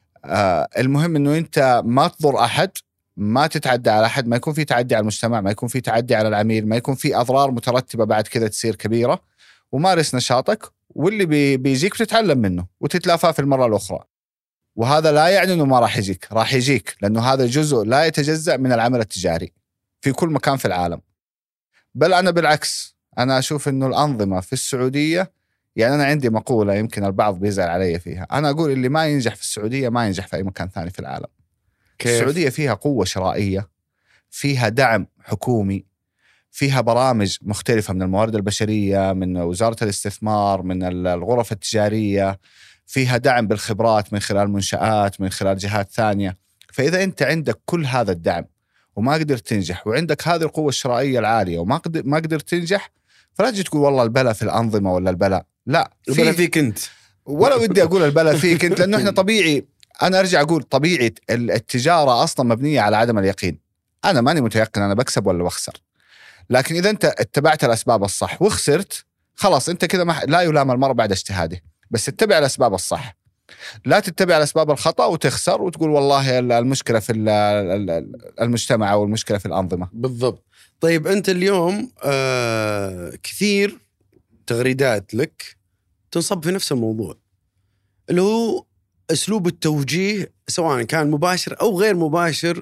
المهم إنه أنت ما تضر أحد، ما تتعدى على أحد، ما يكون في تعدي على المجتمع، ما يكون في تعدي على العميل، ما يكون في أضرار مترتبة بعد كذا تصير كبيرة. ومارس نشاطك، واللي بيجيك بتتعلم منه وتتلافى في المرة الأخرى. وهذا لا يعني إنه ما راح يجيك، لأنه هذا جزء لا يتجزأ من العمل التجاري في كل مكان في العالم. بل أنا بالعكس، أنا أشوف إنه الأنظمة في السعودية، يعني أنا عندي مقولة يمكن البعض بيزعل علي فيها، أنا أقول اللي ما ينجح في السعودية ما ينجح في أي مكان ثاني في العالم. كيف؟ السعودية فيها قوة شرائية، فيها دعم حكومي، فيها برامج مختلفة من الموارد البشرية، من وزارة الاستثمار، من الغرف التجارية، فيها دعم بالخبرات من خلال منشآت، من خلال جهات ثانية. فإذا أنت عندك كل هذا الدعم وما قدرت تنجح، وعندك هذه القوة الشرائية العالية وما قدرت تنجح، فلا تجي تقول والله البلا في الأنظمة ولا البلا، لا، البلا فيك أنت. ولا ودي أقول البلا فيك أنت، لأنه إحنا طبيعي، أنا أرجع أقول طبيعي التجارة أصلا مبنية على عدم اليقين. أنا ماني متيقن أنا بكسب ولا بخسر، لكن إذا أنت اتبعت الأسباب الصح وخسرت، خلاص أنت كذا ما يلام المرء بعد اجتهاده، بس اتبع الأسباب الصح، لا تتبع الأسباب الخطأ وتخسر وتقول والله المشكلة في المجتمع أو المشكلة في الأنظمة. بالضبط. طيب أنت اليوم كثير تغريدات لك تنصب في نفس الموضوع، اللي هو أسلوب التوجيه سواء كان مباشر أو غير مباشر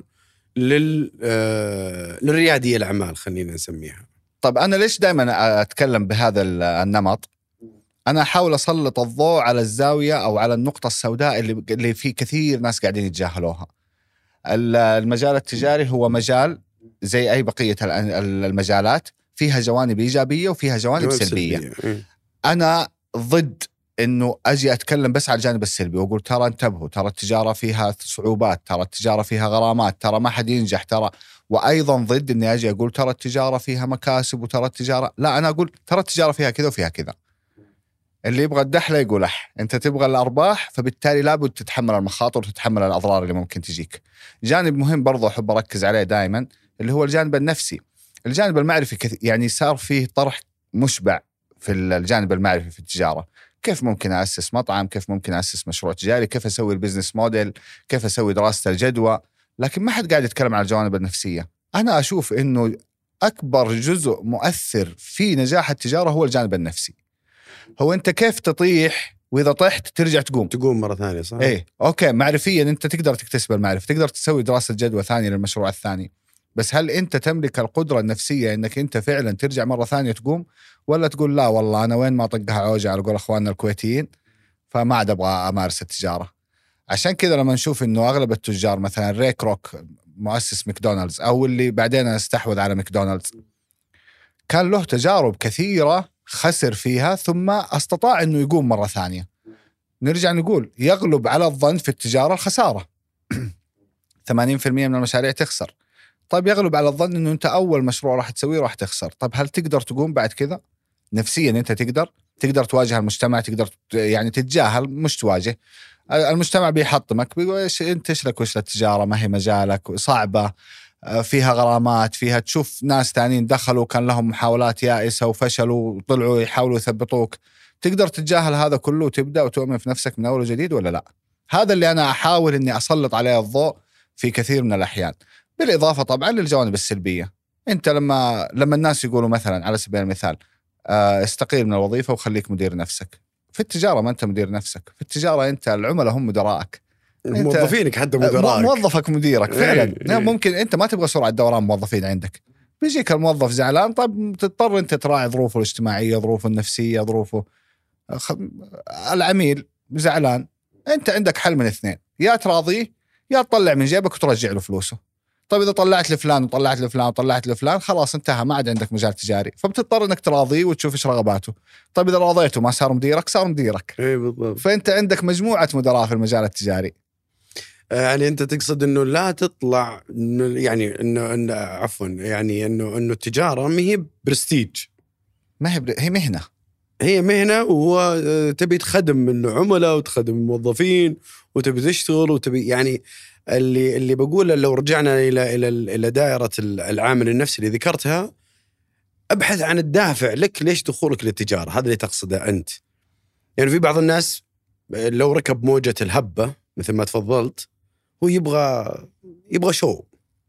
للريادية الأعمال، خلينا نسميها. طب أنا ليش دائما أتكلم بهذا النمط؟ أنا أحاول أسلط الضوء على الزاوية أو على النقطة السوداء اللي في كثير ناس قاعدين يتجاهلوها. المجال التجاري هو مجال زي أي بقية المجالات، فيها جوانب إيجابية وفيها جوانب سلبية. أنا ضد إنه أجي أتكلم بس على الجانب السلبي وأقول ترى انتبهوا، ترى التجارة فيها صعوبات، ترى التجارة فيها غرامات، ترى ما حد ينجح، ترى. وأيضا ضد إني أجي أقول ترى التجارة فيها مكاسب وترى التجارة، لا، أنا أقول ترى التجارة فيها كذا وفيها كذا. اللي يبغى الدحلة يقول أنت تبغى الأرباح، فبالتالي لابد تتحمل المخاطر وتتحمل الأضرار اللي ممكن تجيك. جانب مهم برضو أحب أركز عليه دائما اللي هو الجانب النفسي. الجانب المعرفي يعني صار فيه طرح مشبع في الجانب المعرفي في التجارة. كيف ممكن أسس مطعم، كيف ممكن أسس مشروع تجاري، كيف أسوي البيزنس موديل، كيف أسوي دراسة الجدوى، لكن ما حد قاعد يتكلم عن الجوانب النفسية. أنا أشوف إنه أكبر جزء مؤثر في نجاح التجارة هو الجانب النفسي. هو أنت كيف تطيح، وإذا طحت ترجع تقوم مرة ثانية، صح؟ إيه، أوكي، معرفيا أنت تقدر تكتسب المعرفة، تقدر تسوي دراسة جدوى ثانية للمشروع الثاني، بس هل أنت تملك القدرة النفسية أنك أنت فعلا ترجع مرة ثانية تقوم، ولا تقول لا والله أنا وين ما طقها عوجة على قول أخواننا الكويتيين فما عاد أبغى أمارس التجارة. عشان كذا لما نشوف إنه أغلب التجار مثلا ري كروك مؤسس ماكدونالدز أو اللي بعدين استحوذ على ماكدونالدز، كان له تجارب كثيرة خسر فيها ثم استطاع إنه يقوم مرة ثانية. نرجع نقول يغلب على الظن في التجارة الخسارة. 80% من المشاريع تخسر. طيب يغلب على الظن إنه أنت أول مشروع راح تسويه راح تخسر. طيب هل تقدر تقوم بعد كذا؟ نفسيا أنت تقدر تواجه المجتمع، تقدر يعني تتجاهل، مش تواجه المجتمع. بيحطمك، بيقول إيش لك وإيش التجارة، ما هي مجالك، صعبة، فيها غرامات، فيها تشوف ناس تانيين دخلوا كان لهم محاولات يائسة وفشلوا وطلعوا يحاولوا يثبطوك. تقدر تتجاهل هذا كله وتبدأ وتؤمن في نفسك من أول وجديد ولا لا؟ هذا اللي أنا أحاول إني أسلط عليه الضوء في كثير من الأحيان، بالإضافة طبعا للجوانب السلبية. أنت لما الناس يقولوا مثلا على سبيل المثال استقيل من الوظيفة وخليك مدير نفسك. في التجارة ما أنت مدير نفسك، في التجارة أنت العملاء هم مدراءك، موظفينك حتى مدراءك، موظفك مديرك فعلا. ممكن أنت ما تبغى سرعة دوران موظفين عندك، بيجيك الموظف زعلان، طيب تضطر أنت تراعي ظروفه الاجتماعية، ظروفه النفسية، ظروفه. العميل زعلان، أنت عندك حل من اثنين، يا تراضيه يا تطلع من جيبك وترجع له فلوسه. طيب إذا طلعت لفلان وطلعت لفلان وطلعت لفلان خلاص انتهى، ما عاد عندك مجال تجاري، فبتضطر انك تراضيه وتشوف ايش رغباته. طيب إذا راضيته ما صار مديرك، صار مديرك. اي بالضبط. فأنت عندك مجموعة مدراء في المجال التجاري. يعني انت تقصد انه لا تطلع يعني انه عفوا يعني انه التجاره ما هي برستيج، ما هي مهنة. هي مهنه، وتبي تخدم العملاء وتخدم الموظفين وتبي تشتغل وتبي يعني اللي بقوله لو رجعنا الى دائره العامل النفسي اللي ذكرتها، ابحث عن الدافع لك ليش دخولك للتجاره، هذا اللي تقصده انت. يعني في بعض الناس لو ركب موجه الهبه مثل ما تفضلت، هو يبغى شو.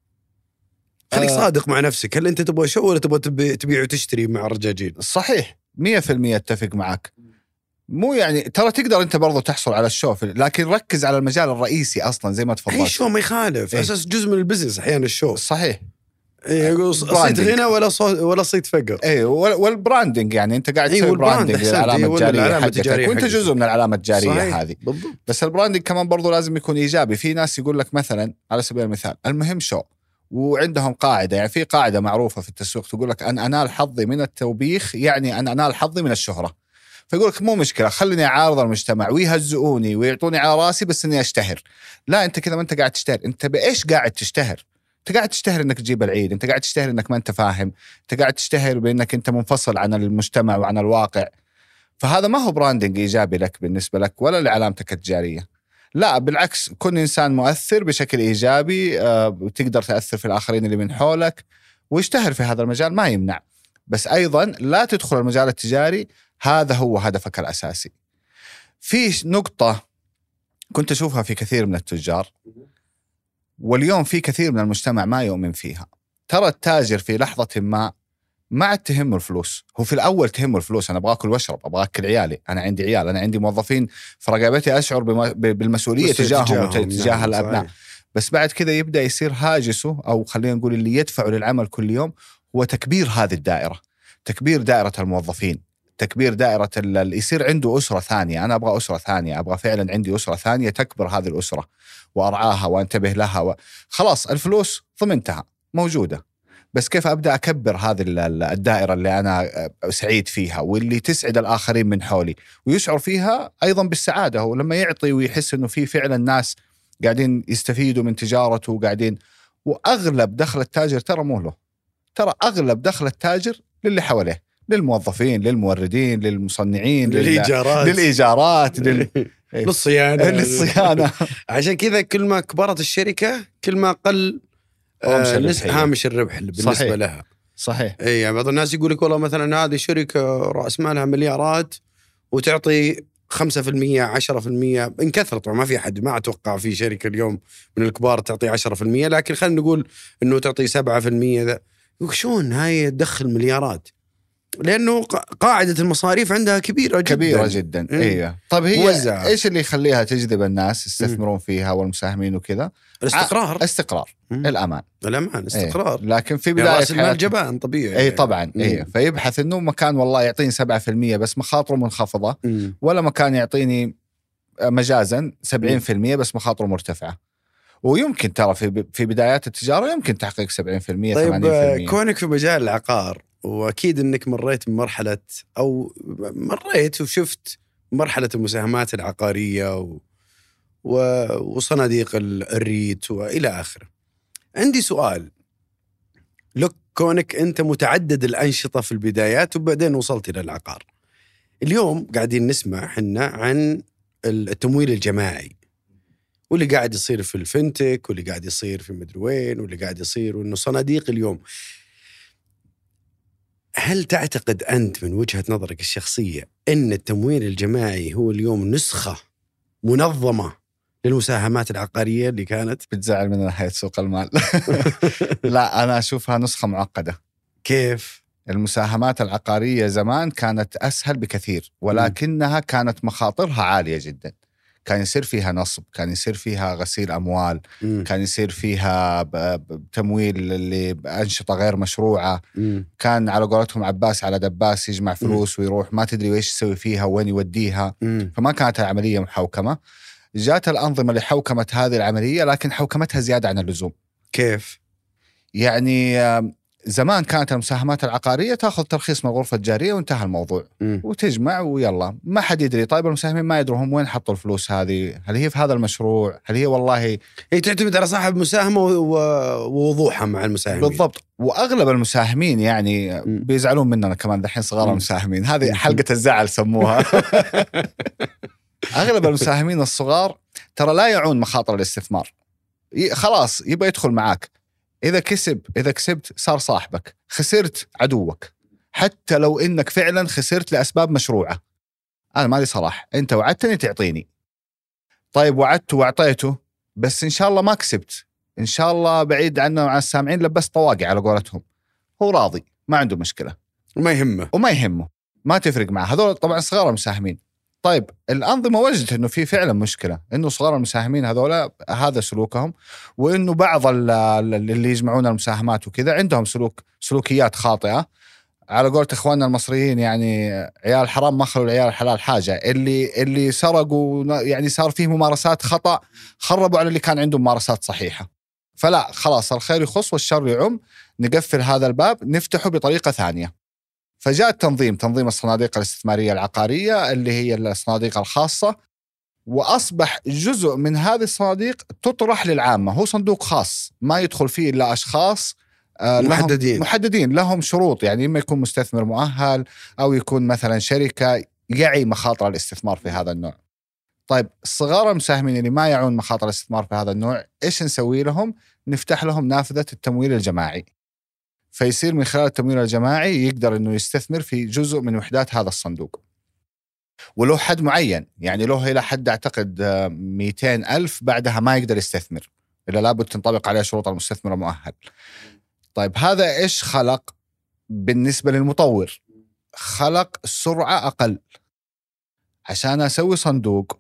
خليك صادق مع نفسك، هل انت تبغى شو ولا تبغى تبيع وتشتري مع الرجاجيل؟ صحيح 100% اتفق معك. مو يعني ترى تقدر انت برضو تحصل على الشو، لكن ركز على المجال الرئيسي اصلا زي ما تفضلت. اي شو ما يخالف، اساس جزء من البزنس احيانا الشو. صحيح. صيت غنى ولا صيت فقر. اي والبراندنج، يعني انت قاعد تسوي براندنج للعلامه التجاريه حقتك، وانت جزء من العلامه التجاريه هذه بالضبط. بس البراندنج كمان برضو لازم يكون ايجابي. في ناس يقول لك مثلا على سبيل المثال المهم شو، وعندهم قاعده، يعني في قاعده معروفه في التسويق تقول لك ان انال حظي من التوبيخ يعني ان انال حظي من الشهره. فيقول لك مو مشكله، خليني اعارض المجتمع ويهزئوني ويعطوني على راسي بس اني اشتهر. لا، انت كذا ما انت قاعد تشتهر. انت بايش قاعد تشتهر؟ انت قاعد تشتهر انك تجيب العيد، انت قاعد تشتهر انك ما انت فاهم، انت قاعد تشتهر بانك انت منفصل عن المجتمع وعن الواقع. فهذا ما هو براندنج ايجابي لك بالنسبه لك ولا لعلامتك التجاريه. لا بالعكس، كن انسان مؤثر بشكل ايجابي، وتقدر تاثر في الاخرين اللي من حولك واشتهر في هذا المجال، ما يمنع. بس ايضا لا تدخل المجال التجاري هذا هو هدفك الاساسي. في نقطه كنت اشوفها في كثير من التجار، واليوم في كثير من المجتمع ما يؤمن فيها. ترى التاجر في لحظة ما عاد تهمه الفلوس. هو في الأول تهمه الفلوس، أنا أبغى أكل وأشرب، أبغى أكل عيالي، أنا عندي عيال، أنا عندي موظفين في رقبتي، أشعر بالمسؤولية تجاههم وتجاه الأبناء. بس بعد كذا يبدأ يصير هاجسه، أو خلينا نقول اللي يدفعه للعمل كل يوم، هو تكبير هذه الدائرة، تكبير دائرة الموظفين، تكبير دائرة اللي يصير عنده أسرة ثانية. أنا أبغى أسرة ثانية، أبغى فعلا عندي أسرة ثانية تكبر هذه الأسرة وأرعاها وأنتبه لها خلاص الفلوس ضمنتها موجودة، بس كيف أبدأ أكبر هذه الدائرة اللي أنا سعيد فيها واللي تسعد الآخرين من حولي ويشعر فيها أيضا بالسعادة. هو لما يعطي ويحس أنه في فعلا ناس قاعدين يستفيدوا من تجارته وقاعدين. وأغلب دخل التاجر ترى مو له، ترى أغلب دخل التاجر للي حواليه، للموظفين، للموردين، للمصنعين، للإيجارات للصيانة. عشان كذا كل ما كبرت الشركة كل ما قل هامش الربح بالنسبة صحيح. لها. صحيح. اي يعني بعض الناس يقول لك والله مثلا هذه شركة رأس مالها مليارات وتعطي 5% 10%، إن كثرة طبعا، ما في أحد، ما أتوقع في شركة اليوم من الكبار تعطي 10%، لكن خلينا نقول إنه تعطي 7%. ذا شلون هاي تدخل مليارات؟ لأنه قاعدة المصاريف عندها كبيرة جدا. إيه. طب هي إيش اللي يخليها تجذب الناس يستثمرون فيها والمساهمين وكذا؟ استقرار. الأمان. استقرار. إيه. لكن في بداية رأس المال جبان طبيعي. أي طبعا. إيه. فيبحث إنه مكان والله يعطيني 7% بس مخاطره منخفضة، ولا مكان يعطيني مجازا 70% بس مخاطره مرتفعة. ويمكن ترى في بدايات التجارة يمكن تحقيق 70% 80%. طيب كونك في مجال العقار، وأكيد أنك مريت بمرحلة أو مريت وشفت مرحلة المساهمات العقارية وصناديق الريت وإلى آخره. عندي سؤال لك، كونك أنت متعدد الأنشطة في البدايات وبعدين وصلت إلى العقار، اليوم قاعدين نسمع حنا عن التمويل الجماعي واللي قاعد يصير في الفنتك واللي قاعد يصير في مدري وين واللي قاعد يصير، وإنه صناديق اليوم. هل تعتقد أنت من وجهة نظرك الشخصية أن التمويل الجماعي هو اليوم نسخة منظمة للمساهمات العقارية اللي كانت؟ بتزعل من ناحية سوق المال. لا، أنا أشوفها نسخة معقدة. كيف؟ المساهمات العقارية زمان كانت أسهل بكثير، ولكنها كانت مخاطرها عالية جدا. كان يصير فيها نصب، كان يصير فيها غسيل أموال، كان يصير فيها تمويل اللي بأنشطة غير مشروعة. كان على قولتهم عباس على دباس، يجمع فلوس ويروح ما تدري ويش يسوي فيها وين يوديها. فما كانت العملية محوكمة. جاءت الأنظمة اللي حوكمت هذه العملية، لكن حوكمتها زيادة عن اللزوم. كيف؟ يعني زمان كانت المساهمات العقارية تأخذ ترخيص من الغرفة التجارية وانتهى الموضوع، وتجمع ويلا، ما حد يدري. طيب المساهمين ما يدروا هم وين حطوا الفلوس هذه، هل هي في هذا المشروع، هل هي والله هي تعتمد على صاحب مساهمة ووضوحها مع المساهمين. بالضبط. وأغلب المساهمين يعني بيزعلون مننا كمان دحين صغار المساهمين، هذه حلقة الزعل سموها. أغلب المساهمين الصغار ترى لا يعون مخاطر الاستثمار، خلاص يبقى يدخل معاك. إذا كسبت صار صاحبك، خسرت عدوك، حتى لو إنك فعلا خسرت لأسباب مشروعة. أنا مالي صلاح، أنت وعدتني تعطيني، طيب وعدته وعطيته، بس إن شاء الله ما كسبت، إن شاء الله بعيد عنه وعن السامعين لبست طواقي على قولتهم. هو راضي، ما عنده مشكلة وما يهمه، ما تفرق معه. هذول طبعا صغار المساهمين. طيب الأنظمة وجدت إنه في فعلا مشكلة، إنه صغار المساهمين هذولا هذا سلوكهم، وإنه بعض اللي يجمعون المساهمات وكذا عندهم سلوكيات خاطئة. على قولة إخواننا المصريين يعني عيال الحرام ما خلوا العيال الحلال حاجة. اللي سرقوا يعني صار فيه ممارسات خطأ، خربوا على اللي كان عندهم ممارسات صحيحة. فلا خلاص، الخير يخص والشر يعم، نقفل هذا الباب نفتحه بطريقة ثانية. فجاء تنظيم الصناديق الاستثمارية العقارية اللي هي الصناديق الخاصة، وأصبح جزء من هذه الصناديق تطرح للعامة. هو صندوق خاص ما يدخل فيه إلا أشخاص محددين لهم شروط، يعني إما يكون مستثمر مؤهل أو يكون مثلا شركة يعي مخاطر الاستثمار في هذا النوع. طيب الصغار المساهمين اللي ما يعون مخاطر الاستثمار في هذا النوع، إيش نسوي لهم؟ نفتح لهم نافذة التمويل الجماعي، فيصير من خلال التمويل الجماعي يقدر إنه يستثمر في جزء من وحدات هذا الصندوق، وله حد معين. يعني له إلى حد أعتقد 200,000، بعدها ما يقدر يستثمر إلا لابد تنطبق عليه شروط المستثمر المؤهل. طيب هذا إيش خلق بالنسبة للمطور؟ خلق سرعة أقل. عشان أسوي صندوق،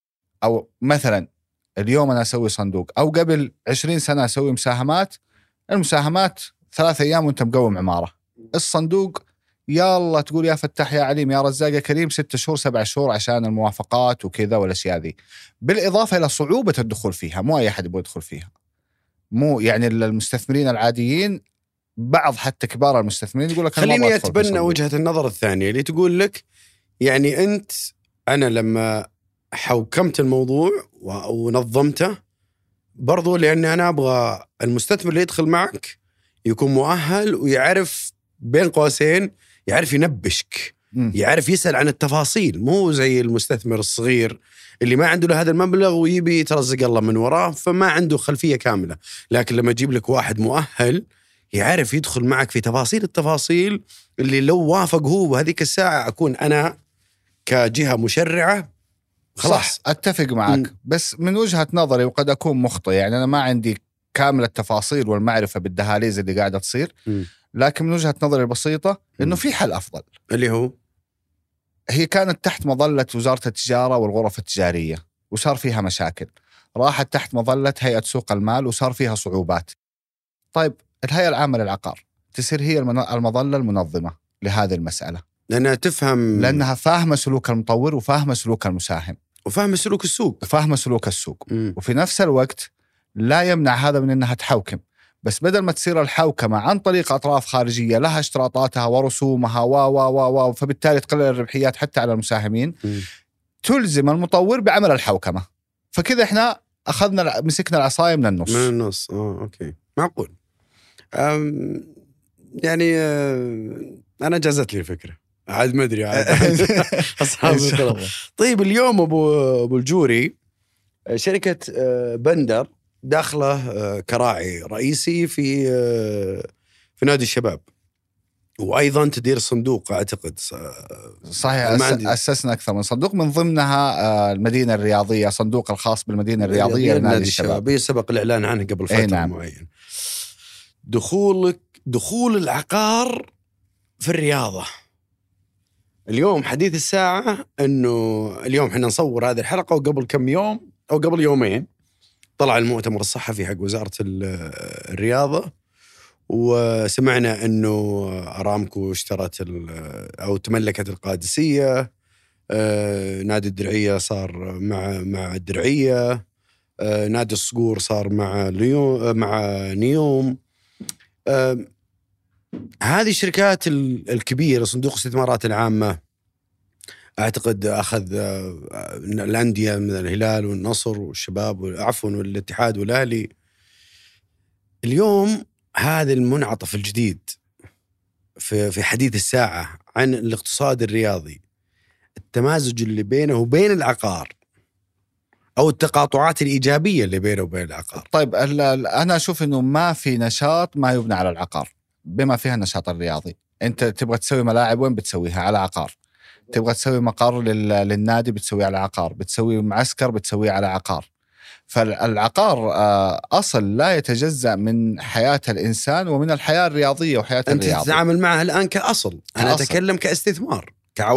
أو مثلا اليوم أنا أسوي صندوق، أو قبل 20 سنة أسوي المساهمات 3 أيام وانت مقوم عمارة. الصندوق يلا تقول يا فتح يا عليم يا رزاق يا كريم 6 شهور 7 شهور عشان الموافقات وكذا والأشياء ذي، بالإضافة إلى صعوبة الدخول فيها. مو أي أحد يبغى يدخل فيها، مو يعني المستثمرين العاديين، بعض حتى كبار المستثمرين يقول لك خليني أتبنى وجهة النظر الثانية اللي تقول لك يعني أنا لما حوكمت الموضوع ونظمته برضو، لأن أنا أبغى المستثمر اللي يدخل معك يكون مؤهل ويعرف بين قوسين، يعرف ينبشك، يعرف يسأل عن التفاصيل، مو زي المستثمر الصغير اللي ما عنده له هذا المبلغ ويبي يترزق الله من وراه فما عنده خلفية كاملة. لكن لما يجيب لك واحد مؤهل يعرف يدخل معك في التفاصيل اللي لو وافق هو بهذيك الساعة أكون أنا كجهة مشرعة خلاص. صح، أتفق معك. بس من وجهة نظري وقد أكون مخطئ، يعني أنا ما عندي كامل التفاصيل والمعرفة بالدهاليز اللي قاعدة تصير، لكن من وجهة نظري البسيطة إنه في حل أفضل، اللي هي كانت تحت مظلة وزارة التجارة والغرف التجارية وصار فيها مشاكل، راحت تحت مظلة هيئة سوق المال وصار فيها صعوبات. طيب الهيئة العامة للعقار تصير هي المظلة المنظمة لهذه المسألة، لأنها فاهمة سلوك المطور وفاهمة سلوك المساهم وفاهمة سلوك السوق وفي نفس الوقت لا يمنع هذا من أنها تحوكم، بس بدل ما تصير الحوكمة عن طريق أطراف خارجية لها اشتراطاتها ورسومها فبالتالي تقلل الربحيات حتى على المساهمين، تلزم المطور بعمل الحوكمة. فكذا احنا مسكنا العصاية من النص. أوكي، معقول. يعني أنا جازت لي الفكرة، عاد ما أدري أصحاب. طيب اليوم أبو الجوري شركة بندر داخله كراعي رئيسي في نادي الشباب، وأيضا تدير صندوق أعتقد. صحيح، أسسنا أكثر من صندوق، من ضمنها المدينة الرياضية، صندوق الخاص بالمدينة الرياضية لنادي الشباب، سبق الإعلان عنه قبل فترة معين. دخول العقار في الرياضة، اليوم حديث الساعة أنه اليوم احنا نصور هذه الحلقة، وقبل كم يوم أو قبل يومين طلع المؤتمر الصحفي حق وزارة الرياضة، وسمعنا أنه أرامكو اشترت أو تملكت القادسية، نادي الدرعية صار مع الدرعية، نادي الصقور صار مع نيوم. هذه الشركات الكبيرة، صندوق الاستثمارات العامة أعتقد أخذ الأندية من الهلال والنصر والشباب والاتحاد والأهلي. اليوم هذا المنعطف الجديد في حديث الساعة عن الاقتصاد الرياضي، التمازج اللي بينه وبين العقار أو التقاطعات الإيجابية اللي بينه وبين العقار. طيب أنا أشوف أنه ما في نشاط ما يبنى على العقار بما فيها النشاط الرياضي. أنت تبغى تسوي ملاعب وين بتسويها؟ على عقار. تبغى تسوي مقر للنادي بتسويه على عقار. بتسوي معسكر بتسويه على عقار. فالعقار أصل لا يتجزأ من حياة الإنسان ومن الحياة الرياضية وحياة الرياضة. أنت تتعامل معها الآن كأصل. أنا أتكلم كاستثمار،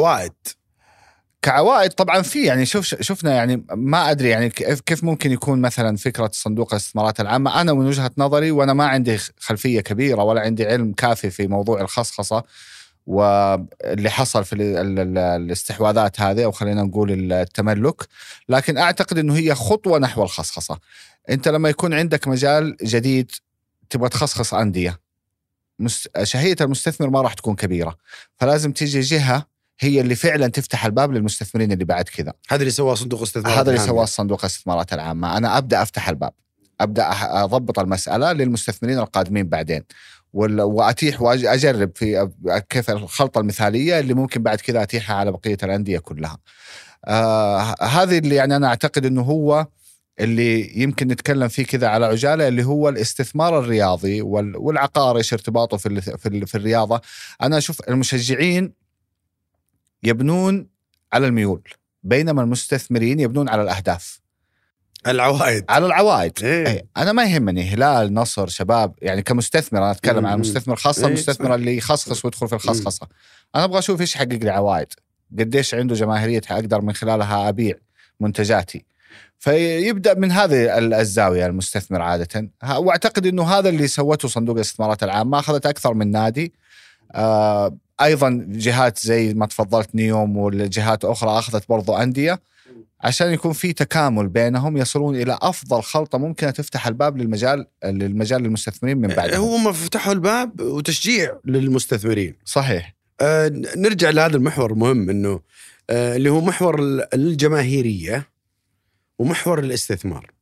كعوائد طبعا في يعني شفنا يعني ما أدري يعني كيف ممكن يكون مثلا فكرة صندوق الاستثمارات العامة. أنا من وجهة نظري وأنا ما عندي خلفية كبيرة ولا عندي علم كافي في موضوع الخصخصة واللي حصل في الاستحواذات هذه أو خلينا نقول التملك، لكن أعتقد أنه هي خطوة نحو الخصخصة. أنت لما يكون عندك مجال جديد تبغى تخصخص أندية، شهية المستثمر ما راح تكون كبيرة، فلازم تيجي جهة هي اللي فعلا تفتح الباب للمستثمرين اللي بعد كذا. هذا اللي سواه صندوق الاستثمارات هذا اللي سواه صندوق الاستثمارات العامة. أنا أبدأ أفتح الباب، أبدأ أضبط المسألة للمستثمرين القادمين بعدين، وأتيح وأجرب في كيف الخلطة المثالية اللي ممكن بعد كذا أتيحها على بقية الأندية كلها. هذه اللي يعني أنا أعتقد أنه هو اللي يمكن نتكلم فيه كذا على عجالة، اللي هو الاستثمار الرياضي والعقار إيش ارتباطه في الرياضة. أنا أشوف المشجعين يبنون على الميول، بينما المستثمرين يبنون على الأهداف، العوائد، على العوائد. إيه. أنا ما يهمني هلال نصر شباب، يعني كمستثمر أنا أتكلم عن مستثمر خاصة، المستثمر اللي يخصخص ويدخل في الخصخصة. أنا أبغى أشوف إيش حقق لي عوائد، قديش عنده جماهيرية أقدر من خلالها أبيع منتجاتي. فيبدأ من هذه الزاوية المستثمر عادة. وأعتقد أنه هذا اللي سوته صندوق الاستثمارات العامة، أخذت أكثر من نادي. أيضا جهات زي ما تفضلت نيوم والجهات أخرى أخذت برضو أندية عشان يكون في تكامل بينهم، يصلون إلى أفضل خلطة ممكنة تفتح الباب للمجال للمستثمرين من بعدهم. هم فتحوا الباب وتشجيع للمستثمرين. صحيح. نرجع لهذا المحور المهم، إنه اللي هو محور الجماهيرية ومحور الاستثمار.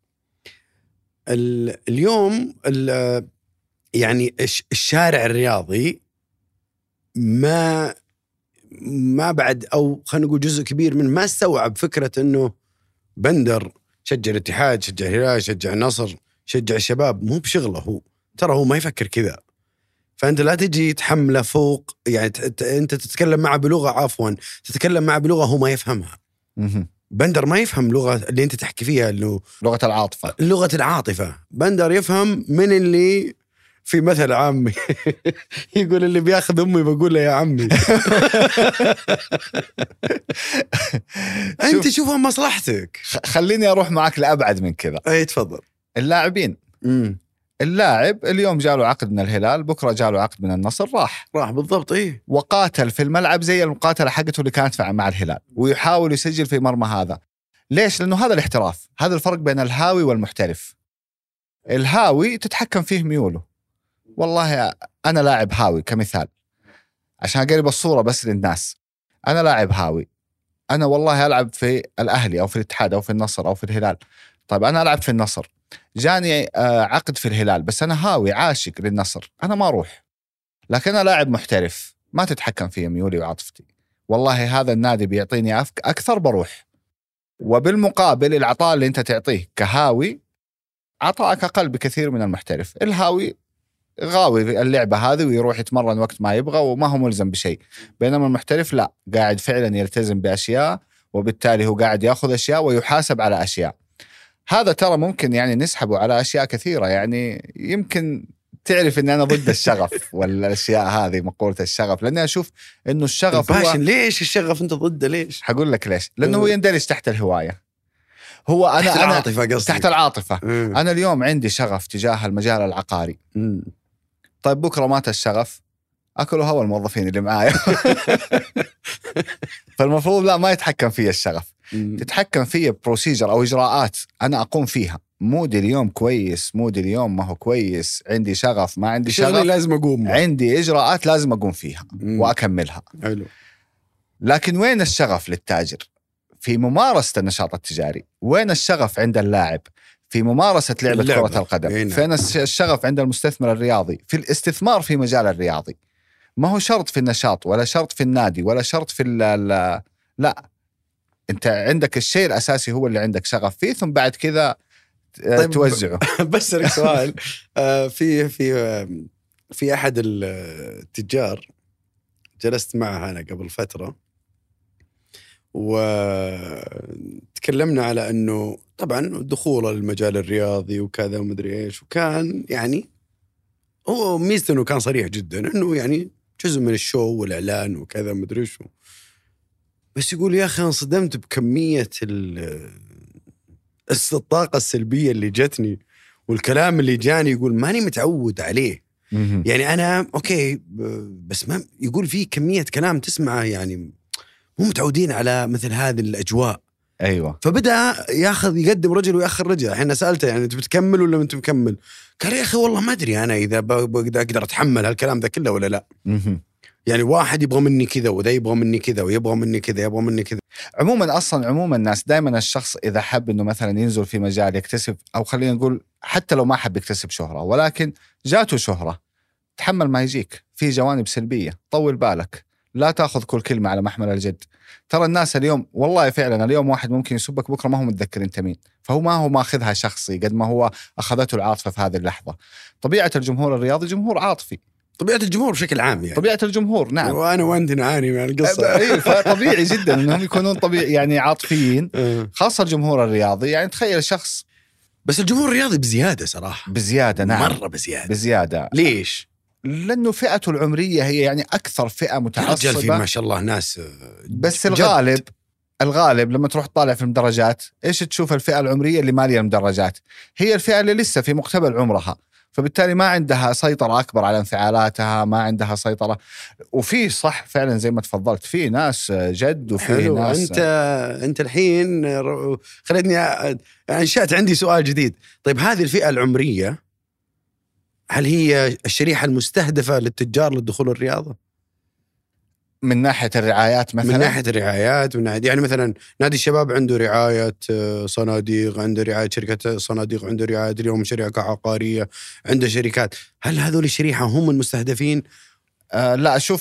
اليوم يعني الشارع الرياضي ما بعد، أو خلينا نقول جزء كبير من ما استوعب فكرة إنه بندر شجع الاتحاد، شجع الهلال، شجع النصر، شجع الشباب. مو بشغله هو، ترى هو ما يفكر كذا. فأنت لا تجي تحمله فوق، يعني أنت تتكلم معه تتكلم معه بلغة هو ما يفهمها. بندر ما يفهم لغة اللي أنت تحكي فيها، إنه لغة العاطفة. بندر يفهم من اللي في مثل عامي يقول اللي بياخذ أمي بقول له يا عمي. أنت شوفها مصلحتك. خليني أروح معك لأبعد من كذا. أي تفضل. اللاعبين. اللاعب اليوم جاله عقد من الهلال، بكرة جاله عقد من النصر، راح بالضبط. إيه، وقاتل في الملعب زي المقاتلة حقته اللي كانت مع الهلال، ويحاول يسجل في مرمى هذا. ليش؟ لأنه هذا الاحتراف. هذا الفرق بين الهاوي والمحترف. الهاوي تتحكم فيه ميوله. والله أنا لاعب هاوي كمثال عشان أقرب الصورة بس للناس. أنا لاعب هاوي، أنا والله ألعب في الأهلي أو في الاتحاد أو في النصر أو في الهلال. طيب أنا ألعب في النصر، جاني عقد في الهلال، بس أنا هاوي عاشق للنصر، أنا ما أروح. لكن أنا لاعب محترف ما تتحكم فيه ميولي وعاطفتي. والله هذا النادي بيعطيني أكثر بروح، وبالمقابل العطاء اللي أنت تعطيه كهاوي عطاءك أقل بكثير من المحترف. الهاوي غاوي اللعبة هذه ويروح يتمرن وقت ما يبغى وما هو ملزم بشيء، بينما المحترف لا، قاعد فعلا يلتزم بأشياء، وبالتالي هو قاعد يأخذ أشياء ويحاسب على أشياء. هذا ترى ممكن يعني نسحبه على أشياء كثيرة، يعني يمكن تعرف إن أنا ضد الشغف والأشياء هذه، مقولة الشغف، لأني أشوف إنه الشغف هو ليش الشغف أنت ضده ليش؟ حقول لك ليش، لأنه هو يندرج تحت الهواية. هو أنا تحت العاطفة قصدي. تحت العاطفة. أنا اليوم عندي شغف تجاه المجال العقاري. طيب بكرة مات الشغف، أكلوا هوا الموظفين اللي معايا. فالمفروض لا، ما يتحكم فيه الشغف، تتحكم فيه بروسيجر أو إجراءات أنا أقوم فيها. مودي اليوم كويس، مودي اليوم ما هو كويس، عندي شغف ما عندي شغف، لازم أقوم، عندي إجراءات لازم أقوم فيها وأكملها. حلو. لكن وين الشغف للتاجر؟ في ممارسة النشاط التجاري. وين الشغف عند اللاعب؟ في ممارسة لعبة كرة القدم. فين الشغف عند المستثمر الرياضي؟ في الاستثمار في مجال الرياضي. ما هو شرط في النشاط، ولا شرط في النادي، ولا شرط في لا، انت عندك الشيء الأساسي هو اللي عندك شغف فيه، ثم بعد كذا طيب توزعه. بس لك سؤال. في أحد التجار جلست معه أنا قبل فترة، وتكلمنا على أنه طبعا دخوله للمجال الرياضي وكذا ومدري إيش، وكان يعني هو ميزته أنه كان صريح جدا أنه يعني جزء من الشو والإعلان وكذا مدري إيش، بس يقول يا أخي أنا صدمت بكمية الطاقة السلبية اللي جتني والكلام اللي جاني. يقول ماني متعود عليه. يعني أنا أوكي، بس ما يقول فيه كمية كلام تسمعه يعني مو متعودين على مثل هذه الأجواء. أيوة. فبدأ يقدم رجل ويأخر رجل. حين سألته يعني أنت بتكمل ولا أنت مكمل؟ قال يا أخي والله ما أدري أنا إذا أقدر أتحمل هالكلام ذا كله ولا لا. يعني واحد يبغى مني كذا، وذا يبغى مني كذا، ويبغى مني كذا، يبغى مني كذا. عموما الناس دائما، الشخص إذا حب إنه مثلا ينزل في مجال يكتسب، أو خلينا نقول حتى لو ما حب يكتسب شهرة، ولكن جاته شهرة، تحمل ما يجيك. في جوانب سلبية، طول بالك، لا تأخذ كل كلمة على محمل الجد. ترى الناس اليوم والله فعلا، اليوم واحد ممكن يسبك، بكرة ما هو متذكر انت مين، فهو ما هو ماخذها شخصي قد ما هو أخذته العاطفة في هذه اللحظة. طبيعة الجمهور الرياضي جمهور عاطفي، طبيعة الجمهور بشكل عام يعني. طبيعة الجمهور نعم. وأنا وأنت نعاني من القصة. أيوة، فطبيعي جدا أنهم يكونون طبيعي يعني عاطفيين، خاصة الجمهور الرياضي. يعني تخيل شخص، بس الجمهور الرياضي بزيادة صراحة، بزيادة نعم، مرة بزيادة. ليش؟ لأنه فئته العمرية هي يعني أكثر فئة متعصبة. رجال في ما شاء الله ناس، بس الغالب لما تروح تطالع في المدرجات إيش تشوف؟ الفئة العمرية اللي مالية المدرجات هي الفئة اللي لسه في مقتبل عمرها، فبالتالي ما عندها سيطرة أكبر على انفعالاتها، ما عندها سيطرة. وفي صح فعلا زي ما تفضلت، في ناس جد وفي ناس. أنت الحين خلتني أنشأت عندي سؤال جديد. طيب هذه الفئة العمرية هل هي الشريحة المستهدفة للتجار للدخول الرياضة؟ من ناحية الرعايات مثلا، من ناحية الرعايات يعني مثلا نادي الشباب عنده رعاية صناديق، عنده رعاية شركة صناديق، عنده رعاية اليوم شركة عقارية، عنده شركات. هل هذول الشريحة هم المستهدفين؟ لا أشوف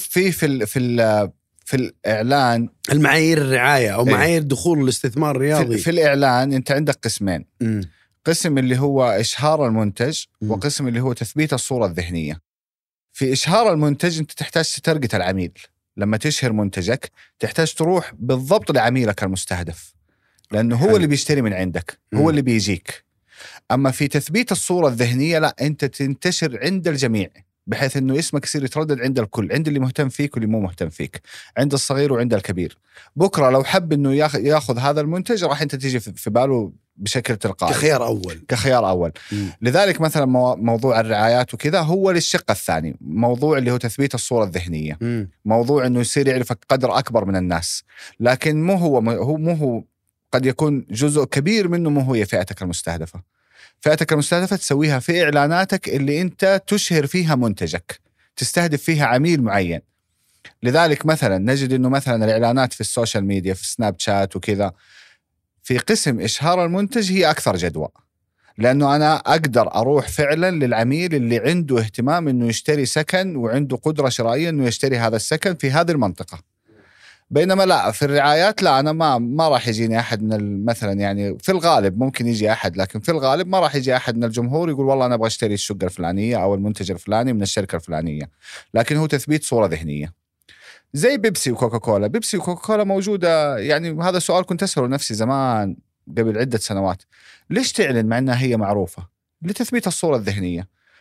في الإعلان المعايير الرعاية أو معايير دخول الاستثمار الرياضي. في الإعلان أنت عندك قسمين. قسم اللي هو إشهار المنتج، وقسم اللي هو تثبيت الصورة الذهنية. في إشهار المنتج أنت تحتاج ترجت العميل. لما تشهر منتجك تحتاج تروح بالضبط لعميلك المستهدف، لأنه هو اللي بيشتري من عندك، هو اللي بيجيك. أما في تثبيت الصورة الذهنية لا، أنت تنتشر عند الجميع، بحيث أنه اسمك يصير يتردد عند الكل، عند اللي مهتم فيك واللي مو مهتم فيك، عند الصغير وعند الكبير. بكرة لو حب أنه ياخذ هذا المنتج راح أنت تيجي في باله بشكل تلقائي كخيار أول. لذلك مثلا موضوع الرعايات وكذا هو للشق الثاني، موضوع اللي هو تثبيت الصورة الذهنية. موضوع أنه يصير يعرفك قدر أكبر من الناس، لكن مو هو قد يكون جزء كبير منه مو هي فئتك المستهدفة. فئتك المستهدفة تسويها في إعلاناتك اللي أنت تشهر فيها منتجك، تستهدف فيها عميل معين. لذلك مثلا نجد أنه مثلا الإعلانات في السوشيال ميديا، في سناب شات وكذا، في قسم إشهار المنتج هي أكثر جدوى، لأنه أنا أقدر أروح فعلا للعميل اللي عنده اهتمام أنه يشتري سكن وعنده قدرة شرائية أنه يشتري هذا السكن في هذه المنطقة. بينما لا، في الرعايات لا، أنا ما راح يجيني أحد من مثلا، يعني في الغالب ممكن يجي أحد، لكن في الغالب ما راح يجي أحد من الجمهور يقول والله أنا أبغى أشتري الشقة الفلانية أو المنتج الفلاني من الشركة الفلانية، لكن هو تثبيت صورة ذهنية. زي بيبسي وكوكاكولا. بيبسي وكوكاكولا موجودة، يعني هذا السؤال كنت أسأله نفسي زمان قبل عدة سنوات، ليش تعلن مع أنها هي معروفة؟ لتثبيت الصورة الذهنية.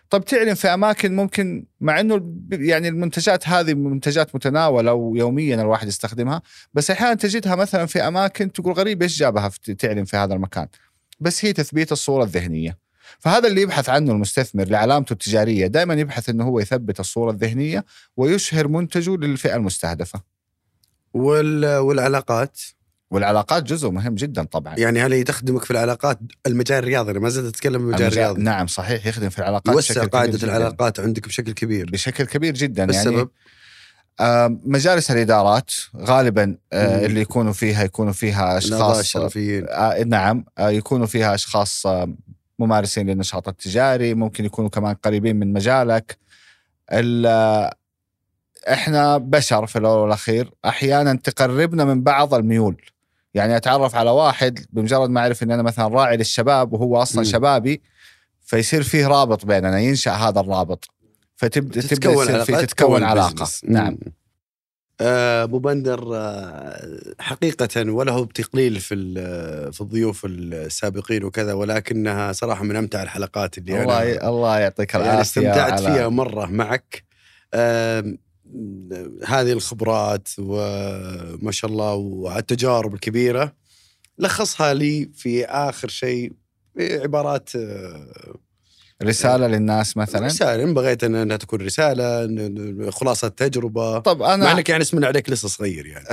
طب تعلن في أماكن ممكن، مع أنه يعني المنتجات هذه منتجات متناولة ويوميا الواحد يستخدمها، بس أحيانا تجدها مثلا في أماكن تقول غريب إيش جابها تعلن في هذا المكان، بس هي تثبيت الصورة الذهنية. فهذا اللي يبحث عنه المستثمر لعلامته التجارية، دائما يبحث أنه هو يثبت الصورة الذهنية ويشهر منتجه للفئة المستهدفة. والعلاقات جزء مهم جدا طبعا. يعني هل تخدمك في العلاقات المجال الرياضي؟ ما زلت تتكلم المجال الرياضي. نعم صحيح، يخدم في العلاقات، يوسع قاعدة العلاقات عندك بشكل كبير جدا. السبب؟ يعني مجالس الإدارات غالبا اللي يكونوا فيها أشخاص شرفيين. نعم، يكونوا فيها أشخاص ممارسين للنشاط التجاري، ممكن يكونوا كمان قريبين من مجالك. احنا بشر في الأول والأخير، أحيانا تقربنا من بعض الميول. يعني أتعرف على واحد بمجرد ما أعرف إن أنا مثلا راعي للشباب وهو أصلا شبابي، فيصير فيه رابط بيننا، ينشأ هذا الرابط، فتبدأ تتكون علاقة. نعم. أبو بندر، حقيقة وله بتقليل في الضيوف السابقين وكذا، ولكنها صراحة من أمتع الحلقات اللي الله يعطيك العافية. يعني استمتعت فيها مرة معك. هذه الخبرات وما شاء الله والتجارب الكبيرة لخصها لي في آخر شيء عبارات، رسالة للناس مثلا. رسالة إن بغيت أنها تكون رسالة، خلاصة تجربة. طب أنا مع أنك يعني اسمنا عليك لسه صغير يعني.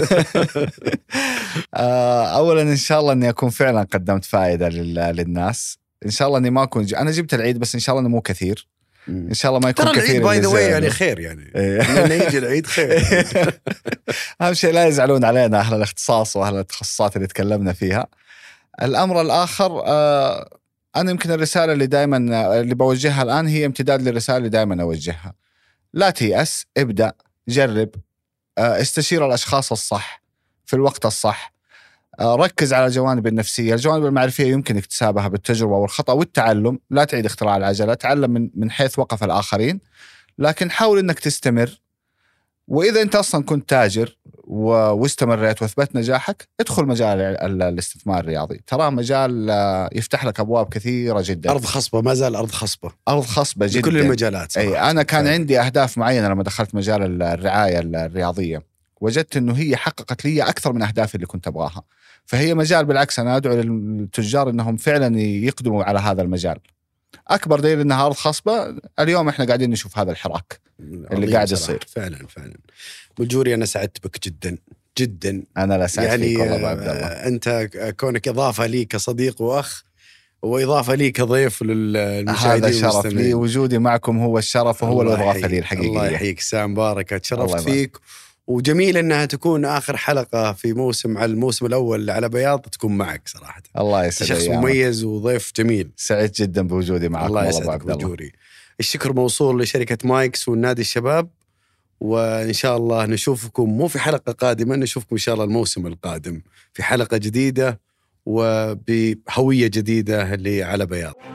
أولا إن شاء الله أني أكون فعلا قدمت فائدة للناس. إن شاء الله أني ما أكون أنا جبت العيد، بس إن شاء الله أنه مو كثير. إن شاء الله ما يكون كثير. باي ذا واي يعني خير، يعني لما يجي العيد خير. أهم شيء لا يزعلون علينا أهل الاختصاص وأهل التخصصات اللي تكلمنا فيها. الأمر الآخر، أنا يمكن الرسالة اللي دائما اللي بوجهها الآن هي امتداد للرسالة اللي دائما أوجهها. لا تيأس، ابدأ، جرب، استشير الأشخاص الصح في الوقت الصح، ركز على الجوانب النفسية. الجوانب المعرفية يمكن اكتسابها بالتجربة والخطأ والتعلم، لا تعيد اختراع العجلة، تعلم من حيث وقف الآخرين، لكن حاول أنك تستمر. وإذا أنت أصلا كنت تاجر واستمريت واثبت نجاحك، ادخل مجال الاستثمار الرياضي، ترى مجال يفتح لك أبواب كثيرة جدا. أرض خصبة، ما زال أرض خصبة جدا بكل المجالات. أي أنا كان عندي أهداف معينة لما دخلت مجال الرعاية الرياضية، وجدت أنه هي حققت لي أكثر من أهدافي اللي كنت أبغاها. فهي مجال بالعكس أنا أدعو للتجار أنهم فعلا يقدموا على هذا المجال. أكبر دليل أنها أرض خصبة اليوم إحنا قاعدين نشوف هذا الحراك اللي قاعد يصير. فعلا بجوري أنا سعدت بك جدا. أنا لا سعدت يعني فيك والله عبد الله. أنت كونك إضافة لي كصديق وأخ، وإضافة لي كضيف للمشاهدين. هذا شرف لي، وجودي معكم هو الشرف وهو الإضافة لي الحقيقية. الله يحييك سام باركة، تشرفت فيك، وجميل أنها تكون آخر حلقة في موسم على الموسم الأول على بياض تكون معك صراحة. الله يسعدك، شخص مميز وضيف جميل. سعيد جدا بوجودي معك. الله يسعدك بوجودي. الشكر موصول لشركة مايكس والنادي الشباب، وإن شاء الله نشوفكم مو في حلقة قادمة، نشوفكم إن شاء الله الموسم القادم في حلقة جديدة وبهوية جديدة اللي على بياض.